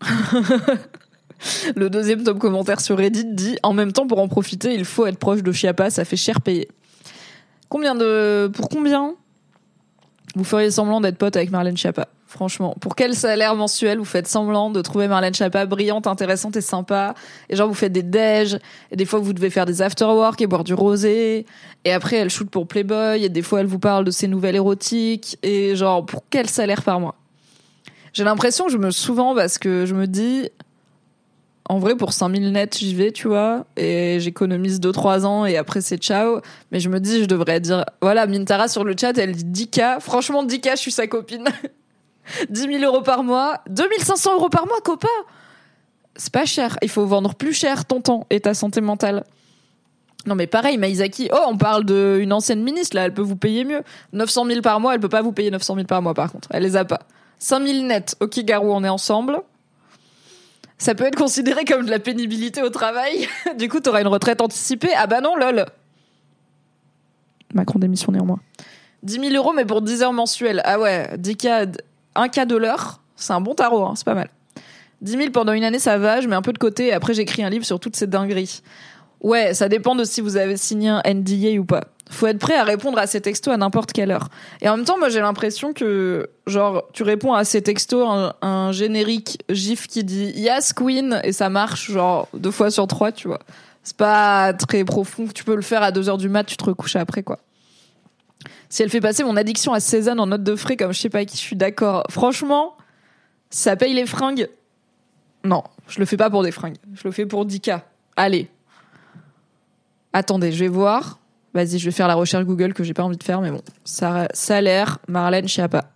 Le deuxième top commentaire sur Reddit dit « En même temps, pour en profiter, il faut être proche de Schiappa, ça fait cher payer. » Pour combien vous feriez semblant d'être pote avec Marlène Schiappa? Franchement, pour quel salaire mensuel vous faites semblant de trouver Marlène Schiappa brillante, intéressante et sympa, et genre vous faites des déj, et des fois vous devez faire des after-work et boire du rosé, et après elle shoot pour Playboy, et des fois elle vous parle de ses nouvelles érotiques, et genre pour quel salaire par mois? J'ai l'impression que je me souvent parce que je me dis, en vrai pour 5000 net j'y vais, tu vois, et j'économise 2-3 ans et après c'est ciao, mais je me dis je devrais dire, voilà, Mintara sur le chat elle dit 10K, franchement 10K je suis sa copine. 10 000 euros par mois, 2500 euros par mois, copain. C'est pas cher. Il faut vendre plus cher ton temps et ta santé mentale. Non mais pareil, Maïzaki, on parle d'une ancienne ministre, là, elle peut vous payer mieux. 900 000 par mois, elle peut pas vous payer 900 000 par mois par contre. Elle les a pas. 5 000 net, ok Garou, on est ensemble. Ça peut être considéré comme de la pénibilité au travail. Du coup, t'auras une retraite anticipée. Ah bah non, lol. Macron démission néanmoins. 10 000 euros, mais pour 10 heures mensuelles. Ah ouais, 10K, 1K de l'heure, c'est un bon tarot, hein, c'est pas mal. 10 000 pendant une année, ça va, je mets un peu de côté et après j'écris un livre sur toutes ces dingueries. Ouais, ça dépend de si vous avez signé un NDA ou pas. Faut être prêt à répondre à ces textos à n'importe quelle heure. Et en même temps, moi j'ai l'impression que, genre, tu réponds à ces textos un générique gif qui dit « Yes, Queen » et ça marche, genre, 2 fois sur 3, tu vois. C'est pas très profond, tu peux le faire à 2h du mat, tu te recouches après, quoi. Si elle fait passer mon addiction à Cézanne en note de frais comme je sais pas qui, je suis d'accord. Franchement, ça paye les fringues. Non, je le fais pas pour des fringues. Je le fais pour 10K. Allez. Attendez, je vais voir. Vas-y, je vais faire la recherche Google que j'ai pas envie de faire, mais bon. Salaire Marlène Schiappa.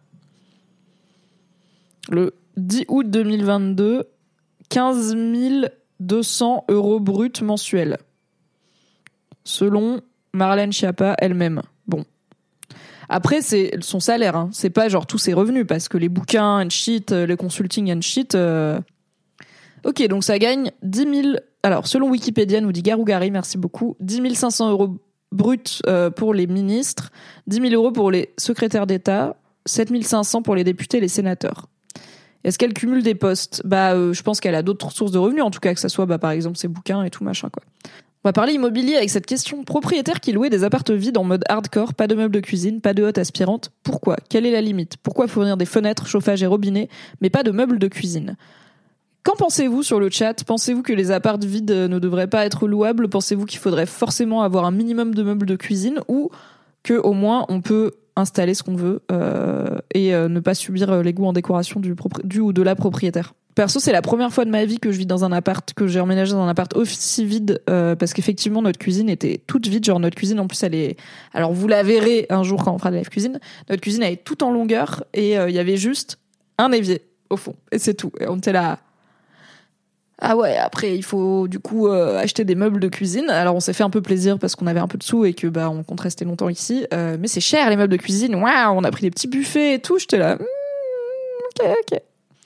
Le 10 août 2022, 15 200 euros bruts mensuels. Selon Marlène Schiappa elle-même. Bon. Après, c'est son salaire, hein. C'est pas genre tous ses revenus, parce que les bouquins and shit, le consulting and shit. Ok, donc ça gagne 10 000. Alors, selon Wikipédia, nous dit Garou Gary, merci beaucoup, 10 500 euros bruts pour les ministres, 10 000 euros pour les secrétaires d'État, 7 500 pour les députés et les sénateurs. Est-ce qu'elle cumule des postes ? Je pense qu'elle a d'autres sources de revenus, en tout cas que ça soit, par exemple, ses bouquins et tout machin, quoi. On va parler immobilier avec cette question. Propriétaire qui louait des appartements vides en mode hardcore, pas de meubles de cuisine, pas de hotte aspirante. Pourquoi ? Quelle est la limite ? Pourquoi fournir des fenêtres, chauffage et robinet, mais pas de meubles de cuisine ? Qu'en pensez-vous sur le chat ? Pensez-vous que les appartements vides ne devraient pas être louables ? Pensez-vous qu'il faudrait forcément avoir un minimum de meubles de cuisine ou que au moins on peut installer ce qu'on veut et ne pas subir les goûts en décoration du ou de la propriétaire ? Perso, c'est la première fois de ma vie que je vis dans un appart, que j'ai emménagé dans un appart aussi vide, parce qu'effectivement, notre cuisine était toute vide. Genre, notre cuisine, en plus, elle est... Alors, vous la verrez un jour quand on fera de la live cuisine. Notre cuisine, elle est toute en longueur et il y avait juste un évier, au fond. Et c'est tout. Et on était là... Ah ouais, après, il faut, du coup, acheter des meubles de cuisine. Alors, on s'est fait un peu plaisir parce qu'on avait un peu de sous et que, on compte rester longtemps ici. Mais c'est cher, les meubles de cuisine. Waouh, on a pris des petits buffets et tout. J'étais là... Ok.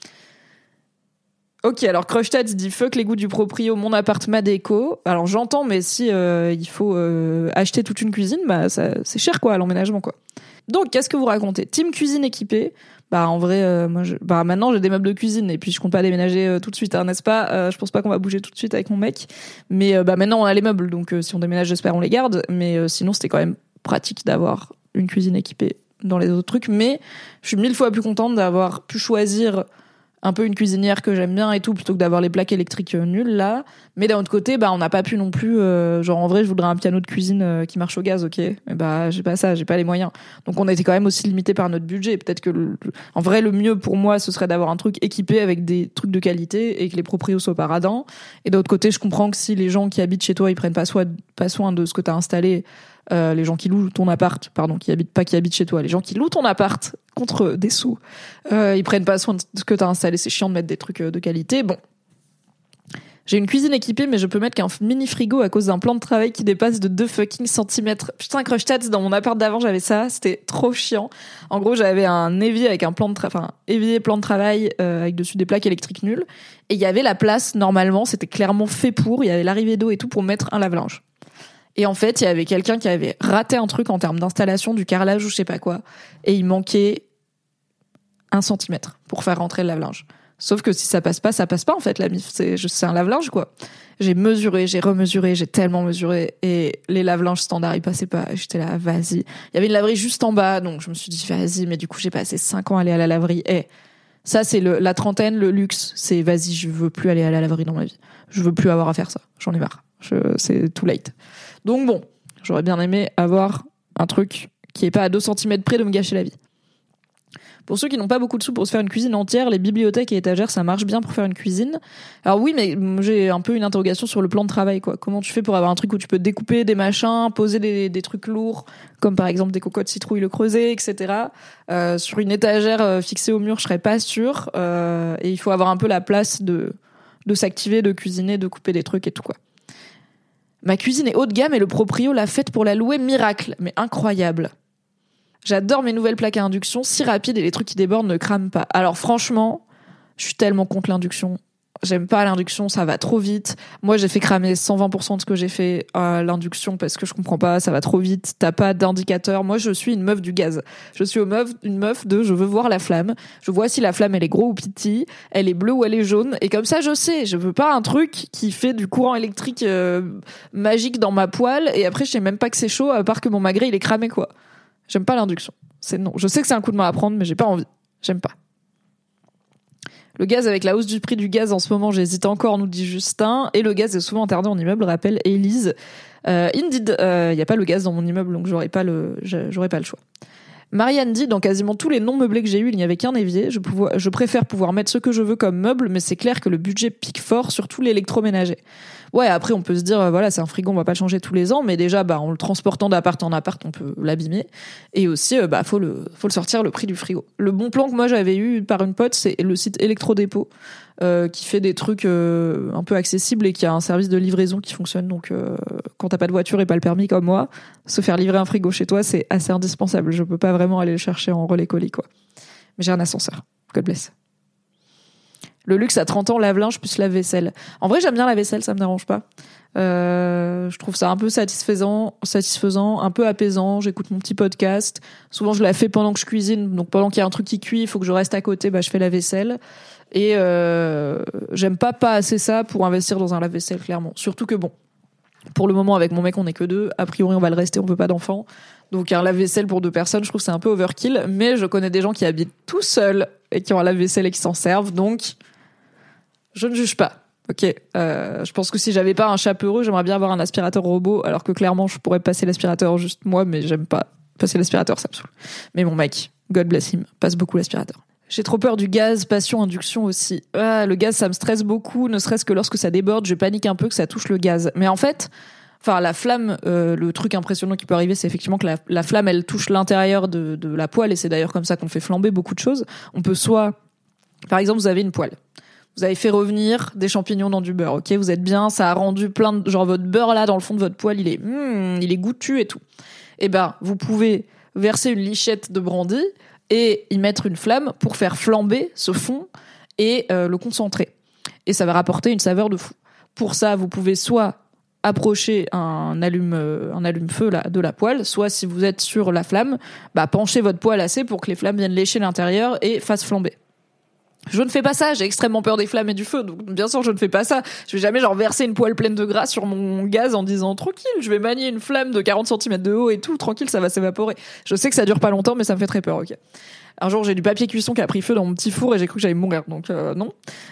Ok, alors Crushtat dit fuck les goûts du proprio, mon appart ma déco. Alors j'entends, mais si il faut acheter toute une cuisine, c'est cher quoi, l'emménagement quoi. Donc qu'est-ce que vous racontez ? Team cuisine équipée. En vrai, maintenant j'ai des meubles de cuisine et puis je compte pas déménager tout de suite, hein, n'est-ce pas ? Je pense pas qu'on va bouger tout de suite avec mon mec. Mais maintenant on a les meubles, donc si on déménage, j'espère on les garde. Mais sinon c'était quand même pratique d'avoir une cuisine équipée dans les autres trucs. Mais je suis 1000 fois plus contente d'avoir pu choisir un peu une cuisinière que j'aime bien et tout, plutôt que d'avoir les plaques électriques nulles là. Mais d'un autre côté, on n'a pas pu non plus, genre en vrai je voudrais un piano de cuisine qui marche au gaz, ok, mais j'ai pas ça, j'ai pas les moyens. Donc on a été quand même aussi limité par notre budget. Peut-être que en vrai le mieux pour moi ce serait d'avoir un truc équipé avec des trucs de qualité et que les proprios soient pas radins. Et d'autre côté, je comprends que si les gens qui habitent chez toi ils prennent pas soin de ce que t'as installé, les gens qui louent ton appart, qui habitent chez toi, les gens qui louent ton appart contre des sous, ils prennent pas soin de ce que t'as installé, c'est chiant de mettre des trucs de qualité. Bon. J'ai une cuisine équipée, mais je peux mettre qu'un mini frigo à cause d'un plan de travail qui dépasse de 2 fucking centimètres. Putain, Crushtat, dans mon appart d'avant, j'avais ça, c'était trop chiant. En gros, j'avais un évier avec un plan de travail, avec dessus des plaques électriques nulles. Et il y avait la place, normalement, c'était clairement fait pour, il y avait l'arrivée d'eau et tout pour mettre un lave-linge. Et en fait, il y avait quelqu'un qui avait raté un truc en termes d'installation, du carrelage ou je sais pas quoi. Et il manquait 1 centimètre pour faire rentrer le lave-linge. Sauf que si ça passe pas, en fait, la MIF. C'est un lave-linge, quoi. J'ai mesuré, j'ai remesuré, j'ai tellement mesuré. Et les lave-linges standards, ils passaient pas. J'étais là, vas-y. Il y avait une laverie juste en bas, donc je me suis dit, vas-y. Mais du coup, j'ai passé 5 ans à aller à la laverie. Ça, c'est la trentaine, le luxe. C'est, vas-y, je veux plus aller à la laverie dans ma vie. Je veux plus avoir à faire ça. J'en ai marre. C'est too late. Donc bon, j'aurais bien aimé avoir un truc qui est pas à 2 cm près de me gâcher la vie. Pour ceux qui n'ont pas beaucoup de sous pour se faire une cuisine entière, les bibliothèques et étagères, ça marche bien pour faire une cuisine. Alors oui, mais j'ai un peu une interrogation sur le plan de travail, quoi. Comment tu fais pour avoir un truc où tu peux découper des machins, poser des trucs lourds, comme par exemple des cocottes citrouilles, le creuset, etc. Sur une étagère fixée au mur, je serais pas sûre. Et il faut avoir un peu la place de s'activer, de cuisiner, de couper des trucs et tout, quoi. Ma cuisine est haut de gamme et le proprio l'a faite pour la louer, miracle, mais incroyable. J'adore mes nouvelles plaques à induction, si rapides et les trucs qui débordent ne crament pas. Alors franchement, je suis tellement contre l'induction. J'aime pas l'induction, ça va trop vite. Moi, j'ai fait cramer 120% de ce que j'ai fait à l'induction parce que je comprends pas, ça va trop vite. T'as pas d'indicateur. Moi, je suis une meuf du gaz. Je suis une meuf de je veux voir la flamme. Je vois si la flamme, elle est gros ou petit, elle est bleue ou elle est jaune. Et comme ça, je sais. Je veux pas un truc qui fait du courant électrique magique dans ma poêle et après, je sais même pas que c'est chaud à part que mon magret, il est cramé, quoi. J'aime pas l'induction. C'est non. Je sais que c'est un coup de main à prendre, mais j'ai pas envie. J'aime pas. Le gaz, avec la hausse du prix du gaz en ce moment, j'hésite encore, nous dit Justin. Et le gaz est souvent interdit en immeuble, rappelle Élise. Indeed, y a pas le gaz dans mon immeuble, donc j'aurais pas le choix. Marianne dit, dans quasiment tous les non meublés que j'ai eu, il n'y avait qu'un évier. Je préfère pouvoir mettre ce que je veux comme meuble, mais c'est clair que le budget pique fort, surtout l'électroménager. Ouais, après, on peut se dire, voilà, c'est un frigo, on va pas le changer tous les ans, mais déjà, en le transportant d'appart en appart, on peut l'abîmer. Et aussi, faut le sortir le prix du frigo. Le bon plan que moi j'avais eu par une pote, c'est le site Electrodépôt, qui fait des trucs un peu accessibles et qui a un service de livraison qui fonctionne. Donc, quand t'as pas de voiture et pas le permis comme moi, se faire livrer un frigo chez toi, c'est assez indispensable. Je peux pas vraiment aller le chercher en relais colis, quoi. Mais j'ai un ascenseur. God bless. Le luxe à 30 ans, lave-linge plus lave-vaisselle. En vrai, j'aime bien la vaisselle, ça me dérange pas. Je trouve ça un peu satisfaisant, un peu apaisant. J'écoute mon petit podcast. Souvent, je la fais pendant que je cuisine. Donc, pendant qu'il y a un truc qui cuit, il faut que je reste à côté, je fais la vaisselle. Et j'aime pas assez ça pour investir dans un lave-vaisselle, clairement. Surtout que pour le moment, avec mon mec, on est que 2. A priori, on va le rester, on veut pas d'enfants. Donc, un lave-vaisselle pour 2 personnes, je trouve que c'est un peu overkill. Mais je connais des gens qui habitent tout seuls et qui ont un lave-vaisselle et qui s'en servent. Donc, je ne juge pas. Ok. Je pense que si j'avais pas un chat peureux, j'aimerais bien avoir un aspirateur robot. Alors que clairement, je pourrais passer l'aspirateur juste moi, mais j'aime pas passer l'aspirateur, ça me saoule. Mais mon mec, God bless him, passe beaucoup l'aspirateur. J'ai trop peur du gaz, passion, induction aussi. Le gaz, ça me stresse beaucoup, ne serait-ce que lorsque ça déborde, je panique un peu que ça touche le gaz. Mais en fait, la flamme, le truc impressionnant qui peut arriver, c'est effectivement que la flamme, elle touche l'intérieur de la poêle, et c'est d'ailleurs comme ça qu'on fait flamber beaucoup de choses. On peut par exemple, vous avez une poêle. Vous avez fait revenir des champignons dans du beurre, ok? Vous êtes bien, ça a rendu plein de... votre beurre là, dans le fond de votre poêle, il est goûtu et tout. Vous pouvez verser une lichette de brandy et y mettre une flamme pour faire flamber ce fond et le concentrer. Et ça va rapporter une saveur de fou. Pour ça, vous pouvez soit approcher un allume-feu là, de la poêle, soit si vous êtes sur la flamme, penchez votre poêle assez pour que les flammes viennent lécher l'intérieur et fassent flamber. Je ne fais pas ça, j'ai extrêmement peur des flammes et du feu, donc bien sûr je ne fais pas ça. Je vais jamais verser une poêle pleine de gras sur mon gaz en disant tranquille, je vais manier une flamme de 40 cm de haut et tout, tranquille, ça va s'évaporer. Je sais que ça dure pas longtemps, mais ça me fait très peur, ok. Un jour, j'ai du papier cuisson qui a pris feu dans mon petit four et j'ai cru que j'allais mourir, donc non.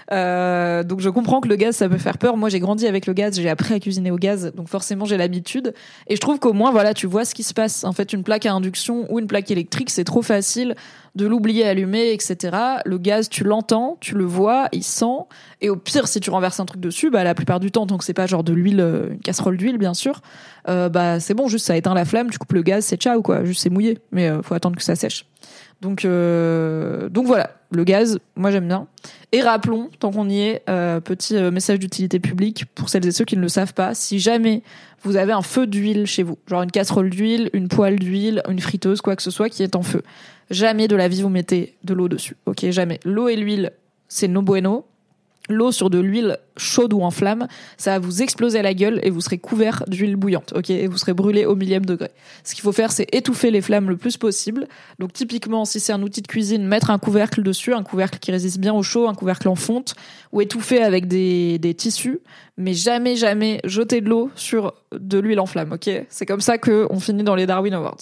Donc je comprends que le gaz, ça peut faire peur. Moi, j'ai grandi avec le gaz, j'ai appris à cuisiner au gaz, donc forcément j'ai l'habitude. Et je trouve qu'au moins, tu vois ce qui se passe. En fait, une plaque à induction ou une plaque électrique, c'est trop facile de l'oublier allumé, etc. Le gaz, tu l'entends, tu le vois, il sent. Et au pire, si tu renverses un truc dessus, la plupart du temps, tant que c'est pas de l'huile, une casserole d'huile, bien sûr, c'est bon, juste ça éteint la flamme, tu coupes le gaz, c'est ciao, quoi. Juste c'est mouillé, mais faut attendre que ça sèche. Donc voilà, le gaz, moi j'aime bien. Et rappelons, tant qu'on y est, petit message d'utilité publique pour celles et ceux qui ne le savent pas, si jamais vous avez un feu d'huile chez vous, genre une casserole d'huile, une poêle d'huile, une friteuse, quoi que ce soit qui est en feu, jamais de la vie vous mettez de l'eau dessus, ok? Jamais. L'eau et l'huile, c'est no bueno. L'eau sur de l'huile chaude ou en flamme, ça va vous exploser à la gueule et vous serez couvert d'huile bouillante, ok? Et vous serez brûlé au 1000e degré. Ce qu'il faut faire, c'est étouffer les flammes le plus possible. Donc typiquement, si c'est un outil de cuisine, mettre un couvercle dessus, un couvercle qui résiste bien au chaud, un couvercle en fonte, ou étouffer avec des tissus, mais jamais, jamais jeter de l'eau sur de l'huile en flamme, ok? C'est comme ça qu'on finit dans les Darwin Awards.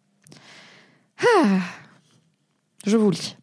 Je vous lis.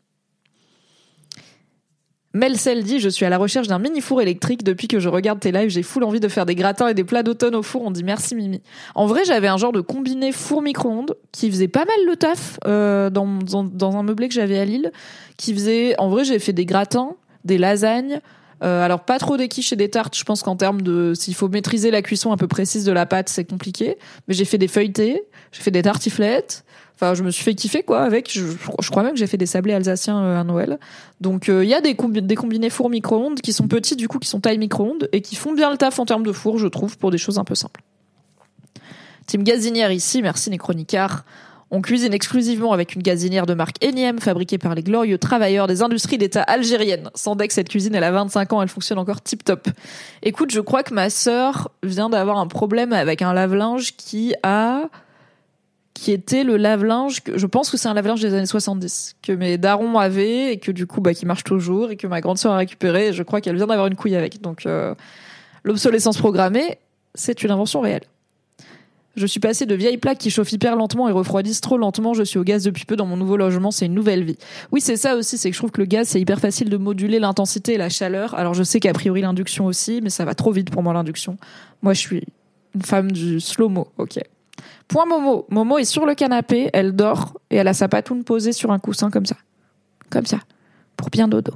Melcel dit « Je suis à la recherche d'un mini-four électrique. Depuis que je regarde tes lives, j'ai full envie de faire des gratins et des plats d'automne au four. » On dit « Merci Mimi. » En vrai, j'avais un genre de combiné four micro-ondes qui faisait pas mal le taf dans un meublé que j'avais à Lille. Qui faisait... En vrai, j'ai fait des gratins, des lasagnes. Alors, pas trop des quiches et des tartes. Je pense qu'en termes de... S'il faut maîtriser la cuisson un peu précise de la pâte, c'est compliqué. Mais j'ai fait des feuilletés, j'ai fait des tartiflettes. Enfin, je me suis fait kiffer, quoi, avec. Je crois même que j'ai fait des sablés alsaciens à Noël. Donc, il y a des combinés four micro-ondes qui sont petits, du coup, qui sont taille micro-ondes et qui font bien le taf en termes de four, je trouve, pour des choses un peu simples. Team gazinière ici, merci les chroniquards. On cuisine exclusivement avec une gazinière de marque Enyem, fabriquée par les glorieux travailleurs des industries d'État algériennes. Sans deck, cette cuisine, elle a 25 ans, elle fonctionne encore tip-top. Écoute, je crois que ma sœur vient d'avoir un problème avec un lave-linge qui était le lave-linge, je pense que c'est un lave-linge des années 70, que mes darons avaient, et que du coup, qui marche toujours, et que ma grande sœur a récupéré, et je crois qu'elle vient d'avoir une couille avec. Donc, l'obsolescence programmée, c'est une invention réelle. Je suis passée de vieilles plaques qui chauffent hyper lentement et refroidissent trop lentement. Je suis au gaz depuis peu dans mon nouveau logement. C'est une nouvelle vie. Oui, c'est ça aussi. C'est que je trouve que le gaz, c'est hyper facile de moduler l'intensité et la chaleur. Alors, je sais qu'a priori, l'induction aussi, mais ça va trop vite pour moi, l'induction. Moi, je suis une femme du slow-mo, ok. Point Momo. Momo est sur le canapé, elle dort et elle a sa patoune posée sur un coussin comme ça. Comme ça. Pour bien dodo.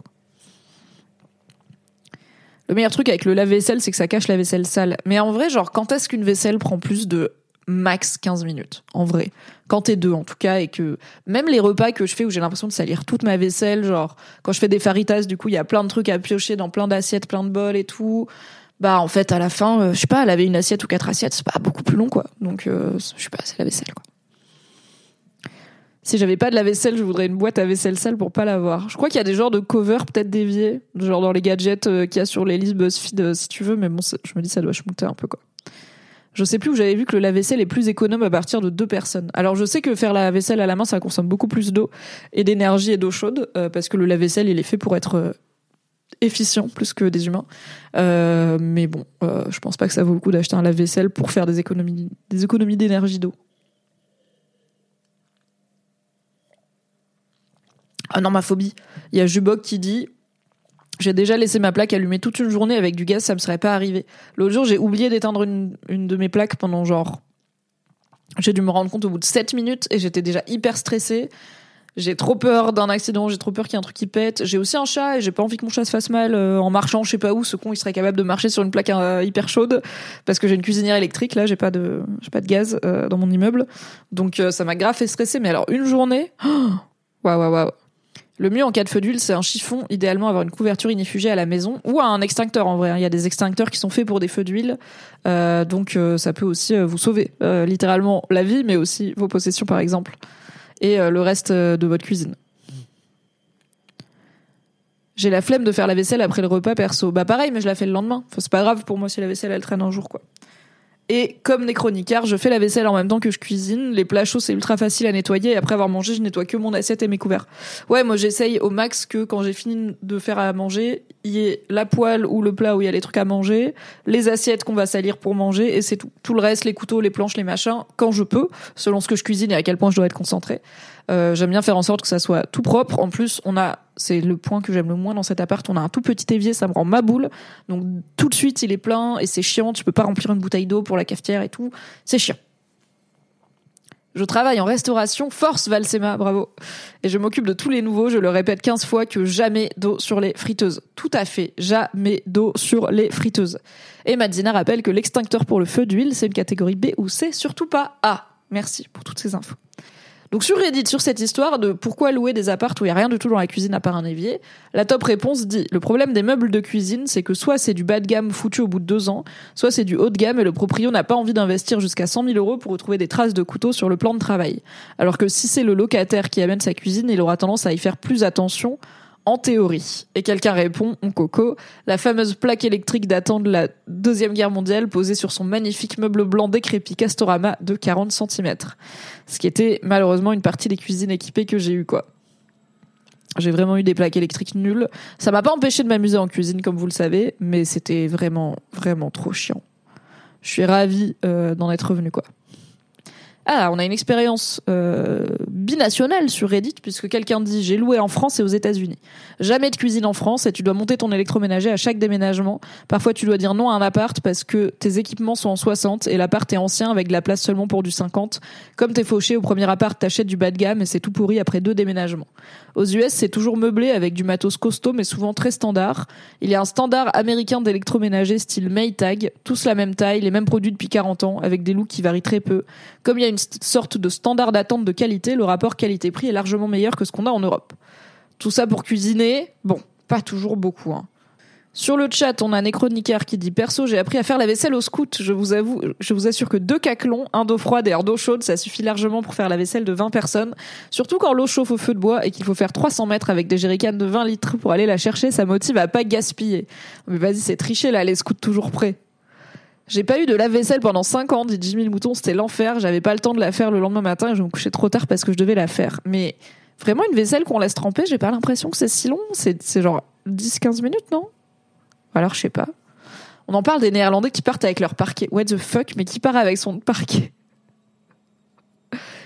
Le meilleur truc avec le lave-vaisselle, c'est que ça cache la vaisselle sale. Mais en vrai, genre, quand est-ce qu'une vaisselle prend plus de max 15 minutes? En vrai. Quand t'es deux, en tout cas, et que même les repas que je fais où j'ai l'impression de salir toute ma vaisselle, genre, quand je fais des faritas, du coup, il y a plein de trucs à piocher dans plein d'assiettes, plein de bols et tout. Bah, en fait, à la fin, je sais pas, laver une assiette ou 4 assiettes, c'est pas beaucoup plus long, quoi. Donc, je sais pas, c'est la vaisselle, quoi. Si j'avais pas de la vaisselle, je voudrais une boîte à vaisselle sale pour pas l'avoir. Je crois qu'il y a des genres de covers peut-être déviés, genre dans les gadgets qu'il y a sur les listes BuzzFeed, si tu veux, mais bon, je me dis ça doit schmouter un peu, quoi. Je sais plus où j'avais vu que le lave-vaisselle est plus économe à partir de 2 personnes. Alors je sais que faire la vaisselle à la main, ça consomme beaucoup plus d'eau et d'énergie et d'eau chaude, parce que le lave-vaisselle, il est fait pour être efficient plus que des humains. Mais bon, je pense pas que ça vaut le coup d'acheter un lave-vaisselle pour faire des économies d'énergie d'eau. Ah non, ma phobie. Il y a Jubok qui dit « J'ai déjà laissé ma plaque allumée toute une journée avec du gaz, ça me serait pas arrivé. » L'autre jour, j'ai oublié d'éteindre une de mes plaques pendant genre... J'ai dû me rendre compte au bout de 7 minutes et j'étais déjà hyper stressée. J'ai trop peur d'un accident, j'ai trop peur qu'il y ait un truc qui pète. J'ai aussi un chat et j'ai pas envie que mon chat se fasse mal en marchant, je sais pas où. Ce con, il serait capable de marcher sur une plaque hyper chaude parce que j'ai une cuisinière électrique. Là, j'ai pas de gaz dans mon immeuble. Donc ça m'a grave fait stresser. Mais alors, une journée... Waouh. Le mieux en cas de feu d'huile, c'est un chiffon, idéalement avoir une couverture ignifugée à la maison ou un extincteur en vrai. Il y a des extincteurs qui sont faits pour des feux d'huile, donc ça peut aussi vous sauver littéralement la vie, mais aussi vos possessions par exemple et le reste de votre cuisine. J'ai la flemme de faire la vaisselle après le repas perso. Bah pareil, mais je la fais le lendemain. Enfin, c'est pas grave pour moi si la vaisselle elle traîne un jour quoi. Et comme Nécronicard, je fais la vaisselle en même temps que je cuisine. Les plats chauds, c'est ultra facile à nettoyer. Et après avoir mangé, je nettoie que mon assiette et mes couverts. Ouais, moi, j'essaye au max que quand j'ai fini de faire à manger, il y ait la poêle ou le plat où il y a les trucs à manger, les assiettes qu'on va salir pour manger, et c'est tout. Tout le reste, les couteaux, les planches, les machins, quand je peux, selon ce que je cuisine et à quel point je dois être concentrée. J'aime bien faire en sorte que ça soit tout propre. En plus, c'est le point que j'aime le moins dans cet appart, on a un tout petit évier, ça me rend ma boule. Donc tout de suite, il est plein et c'est chiant, tu peux pas remplir une bouteille d'eau pour la cafetière et tout. C'est chiant. Je travaille en restauration, force Valsema, bravo. Et je m'occupe de tous les nouveaux, je le répète 15 fois que jamais d'eau sur les friteuses. Tout à fait, jamais d'eau sur les friteuses. Et Madzina rappelle que l'extincteur pour le feu d'huile, c'est une catégorie B ou C, surtout pas A. Merci pour toutes ces infos. Donc sur Reddit, sur cette histoire de pourquoi louer des apparts où il y a rien du tout dans la cuisine à part un évier, la top réponse dit: le problème des meubles de cuisine, c'est que soit c'est du bas de gamme foutu au bout de 2 ans, soit c'est du haut de gamme et le proprio n'a pas envie d'investir jusqu'à 100 000 € pour retrouver des traces de couteau sur le plan de travail. Alors que si c'est le locataire qui amène sa cuisine, il aura tendance à y faire plus attention, en théorie. Et quelqu'un répond, on coco, la fameuse plaque électrique datant de la Deuxième Guerre mondiale posée sur son magnifique meuble blanc décrépit Castorama de 40 cm. Ce qui était malheureusement une partie des cuisines équipées que j'ai eu quoi. J'ai vraiment eu des plaques électriques nulles. Ça m'a pas empêché de m'amuser en cuisine comme vous le savez, mais c'était vraiment, vraiment trop chiant. Je suis ravie d'en être revenue quoi. Ah, on a une expérience binationale sur Reddit, puisque quelqu'un dit « J'ai loué en France et aux États-Unis. Jamais de cuisine en France et tu dois monter ton électroménager à chaque déménagement. Parfois, tu dois dire non à un appart parce que tes équipements sont en 60 et l'appart est ancien avec de la place seulement pour du 50. Comme t'es fauché au premier appart, t'achètes du bas de gamme et c'est tout pourri après 2 déménagements. Aux US, c'est toujours meublé avec du matos costaud mais souvent très standard. Il y a un standard américain d'électroménager style Maytag, tous la même taille, les mêmes produits depuis 40 ans, avec des looks qui varient très peu. Comme il y a une sorte de standard d'attente de qualité, le rapport qualité-prix est largement meilleur que ce qu'on a en Europe. Tout ça pour cuisiner, bon, pas toujours beaucoup, hein. Sur le chat, on a Necronicard qui dit « Perso, j'ai appris à faire la vaisselle au scout. Je vous assure que 2 caclons, un d'eau froide et un d'eau chaude, ça suffit largement pour faire la vaisselle de 20 personnes. Surtout quand l'eau chauffe au feu de bois et qu'il faut faire 300 mètres avec des jerrycans de 20 litres pour aller la chercher, ça motive à pas gaspiller. Mais vas-y, c'est tricher là, les scouts toujours prêts. J'ai pas eu de lave-vaisselle pendant 5 ans, dit Jimmy le Mouton, c'était l'enfer. J'avais pas le temps de la faire le lendemain matin et je me couchais trop tard parce que je devais la faire. Mais vraiment, une vaisselle qu'on laisse tremper, j'ai pas l'impression que c'est si long. C'est genre 10-15 minutes, non ? Alors, je sais pas. On en parle des Néerlandais qui partent avec leur parquet. What the fuck ? Mais qui part avec son parquet ?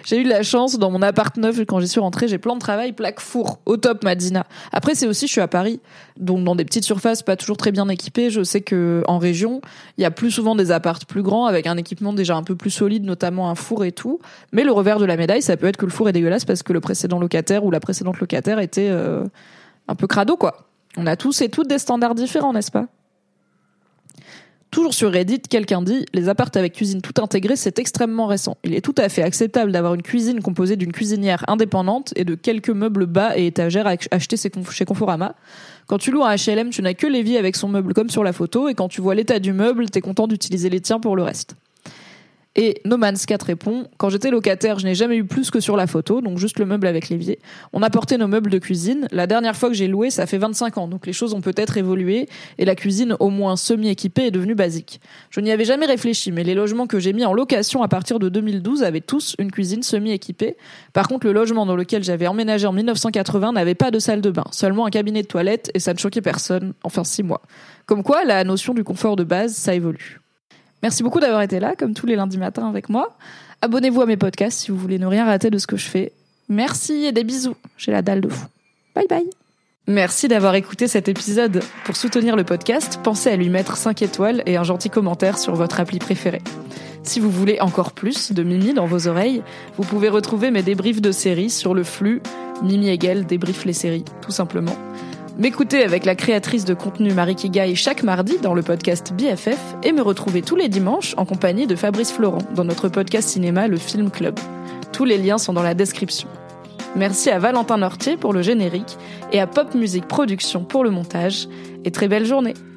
J'ai eu de la chance, dans mon appart neuf, quand j'y suis rentrée, j'ai plan de travail, plaque four, au top, Madina. Après, c'est aussi, je suis à Paris, donc dans des petites surfaces pas toujours très bien équipées. Je sais que en région, il y a plus souvent des apparts plus grands, avec un équipement déjà un peu plus solide, notamment un four et tout. Mais le revers de la médaille, ça peut être que le four est dégueulasse parce que le précédent locataire ou la précédente locataire était un peu crado, quoi. On a tous et toutes des standards différents, n'est-ce pas ? Toujours sur Reddit, quelqu'un dit « Les apparts avec cuisine tout intégrée, c'est extrêmement récent. Il est tout à fait acceptable d'avoir une cuisine composée d'une cuisinière indépendante et de quelques meubles bas et étagères achetés chez Conforama. Quand tu loues un HLM, tu n'as que l'évier avec son meuble comme sur la photo, et quand tu vois l'état du meuble, t'es content d'utiliser les tiens pour le reste. » Et No Man's Cat répond « Quand j'étais locataire, je n'ai jamais eu plus que sur la photo, donc juste le meuble avec l'évier. On a porté nos meubles de cuisine. La dernière fois que j'ai loué, ça fait 25 ans, donc les choses ont peut-être évolué, et la cuisine, au moins semi-équipée, est devenue basique. Je n'y avais jamais réfléchi, mais les logements que j'ai mis en location à partir de 2012 avaient tous une cuisine semi-équipée. Par contre, le logement dans lequel j'avais emménagé en 1980 n'avait pas de salle de bain, seulement un cabinet de toilette, et ça ne choquait personne, enfin 6 mois. Comme quoi, la notion du confort de base, ça évolue. Merci beaucoup d'avoir été là, comme tous les lundis matins avec moi. Abonnez-vous à mes podcasts si vous voulez ne rien rater de ce que je fais. Merci et des bisous. J'ai la dalle de fou. Bye bye. Merci d'avoir écouté cet épisode. Pour soutenir le podcast, pensez à lui mettre 5 étoiles et un gentil commentaire sur votre appli préférée. Si vous voulez encore plus de Mimi dans vos oreilles, vous pouvez retrouver mes débriefs de séries sur le flux Mimi Hegel débrief les séries, tout simplement. M'écouter avec la créatrice de contenu Marie Kigai chaque mardi dans le podcast BFF et me retrouver tous les dimanches en compagnie de Fabrice Florent dans notre podcast cinéma Le Film Club. Tous les liens sont dans la description. Merci à Valentin Nortier pour le générique et à Pop Music Production pour le montage. Et très belle journée!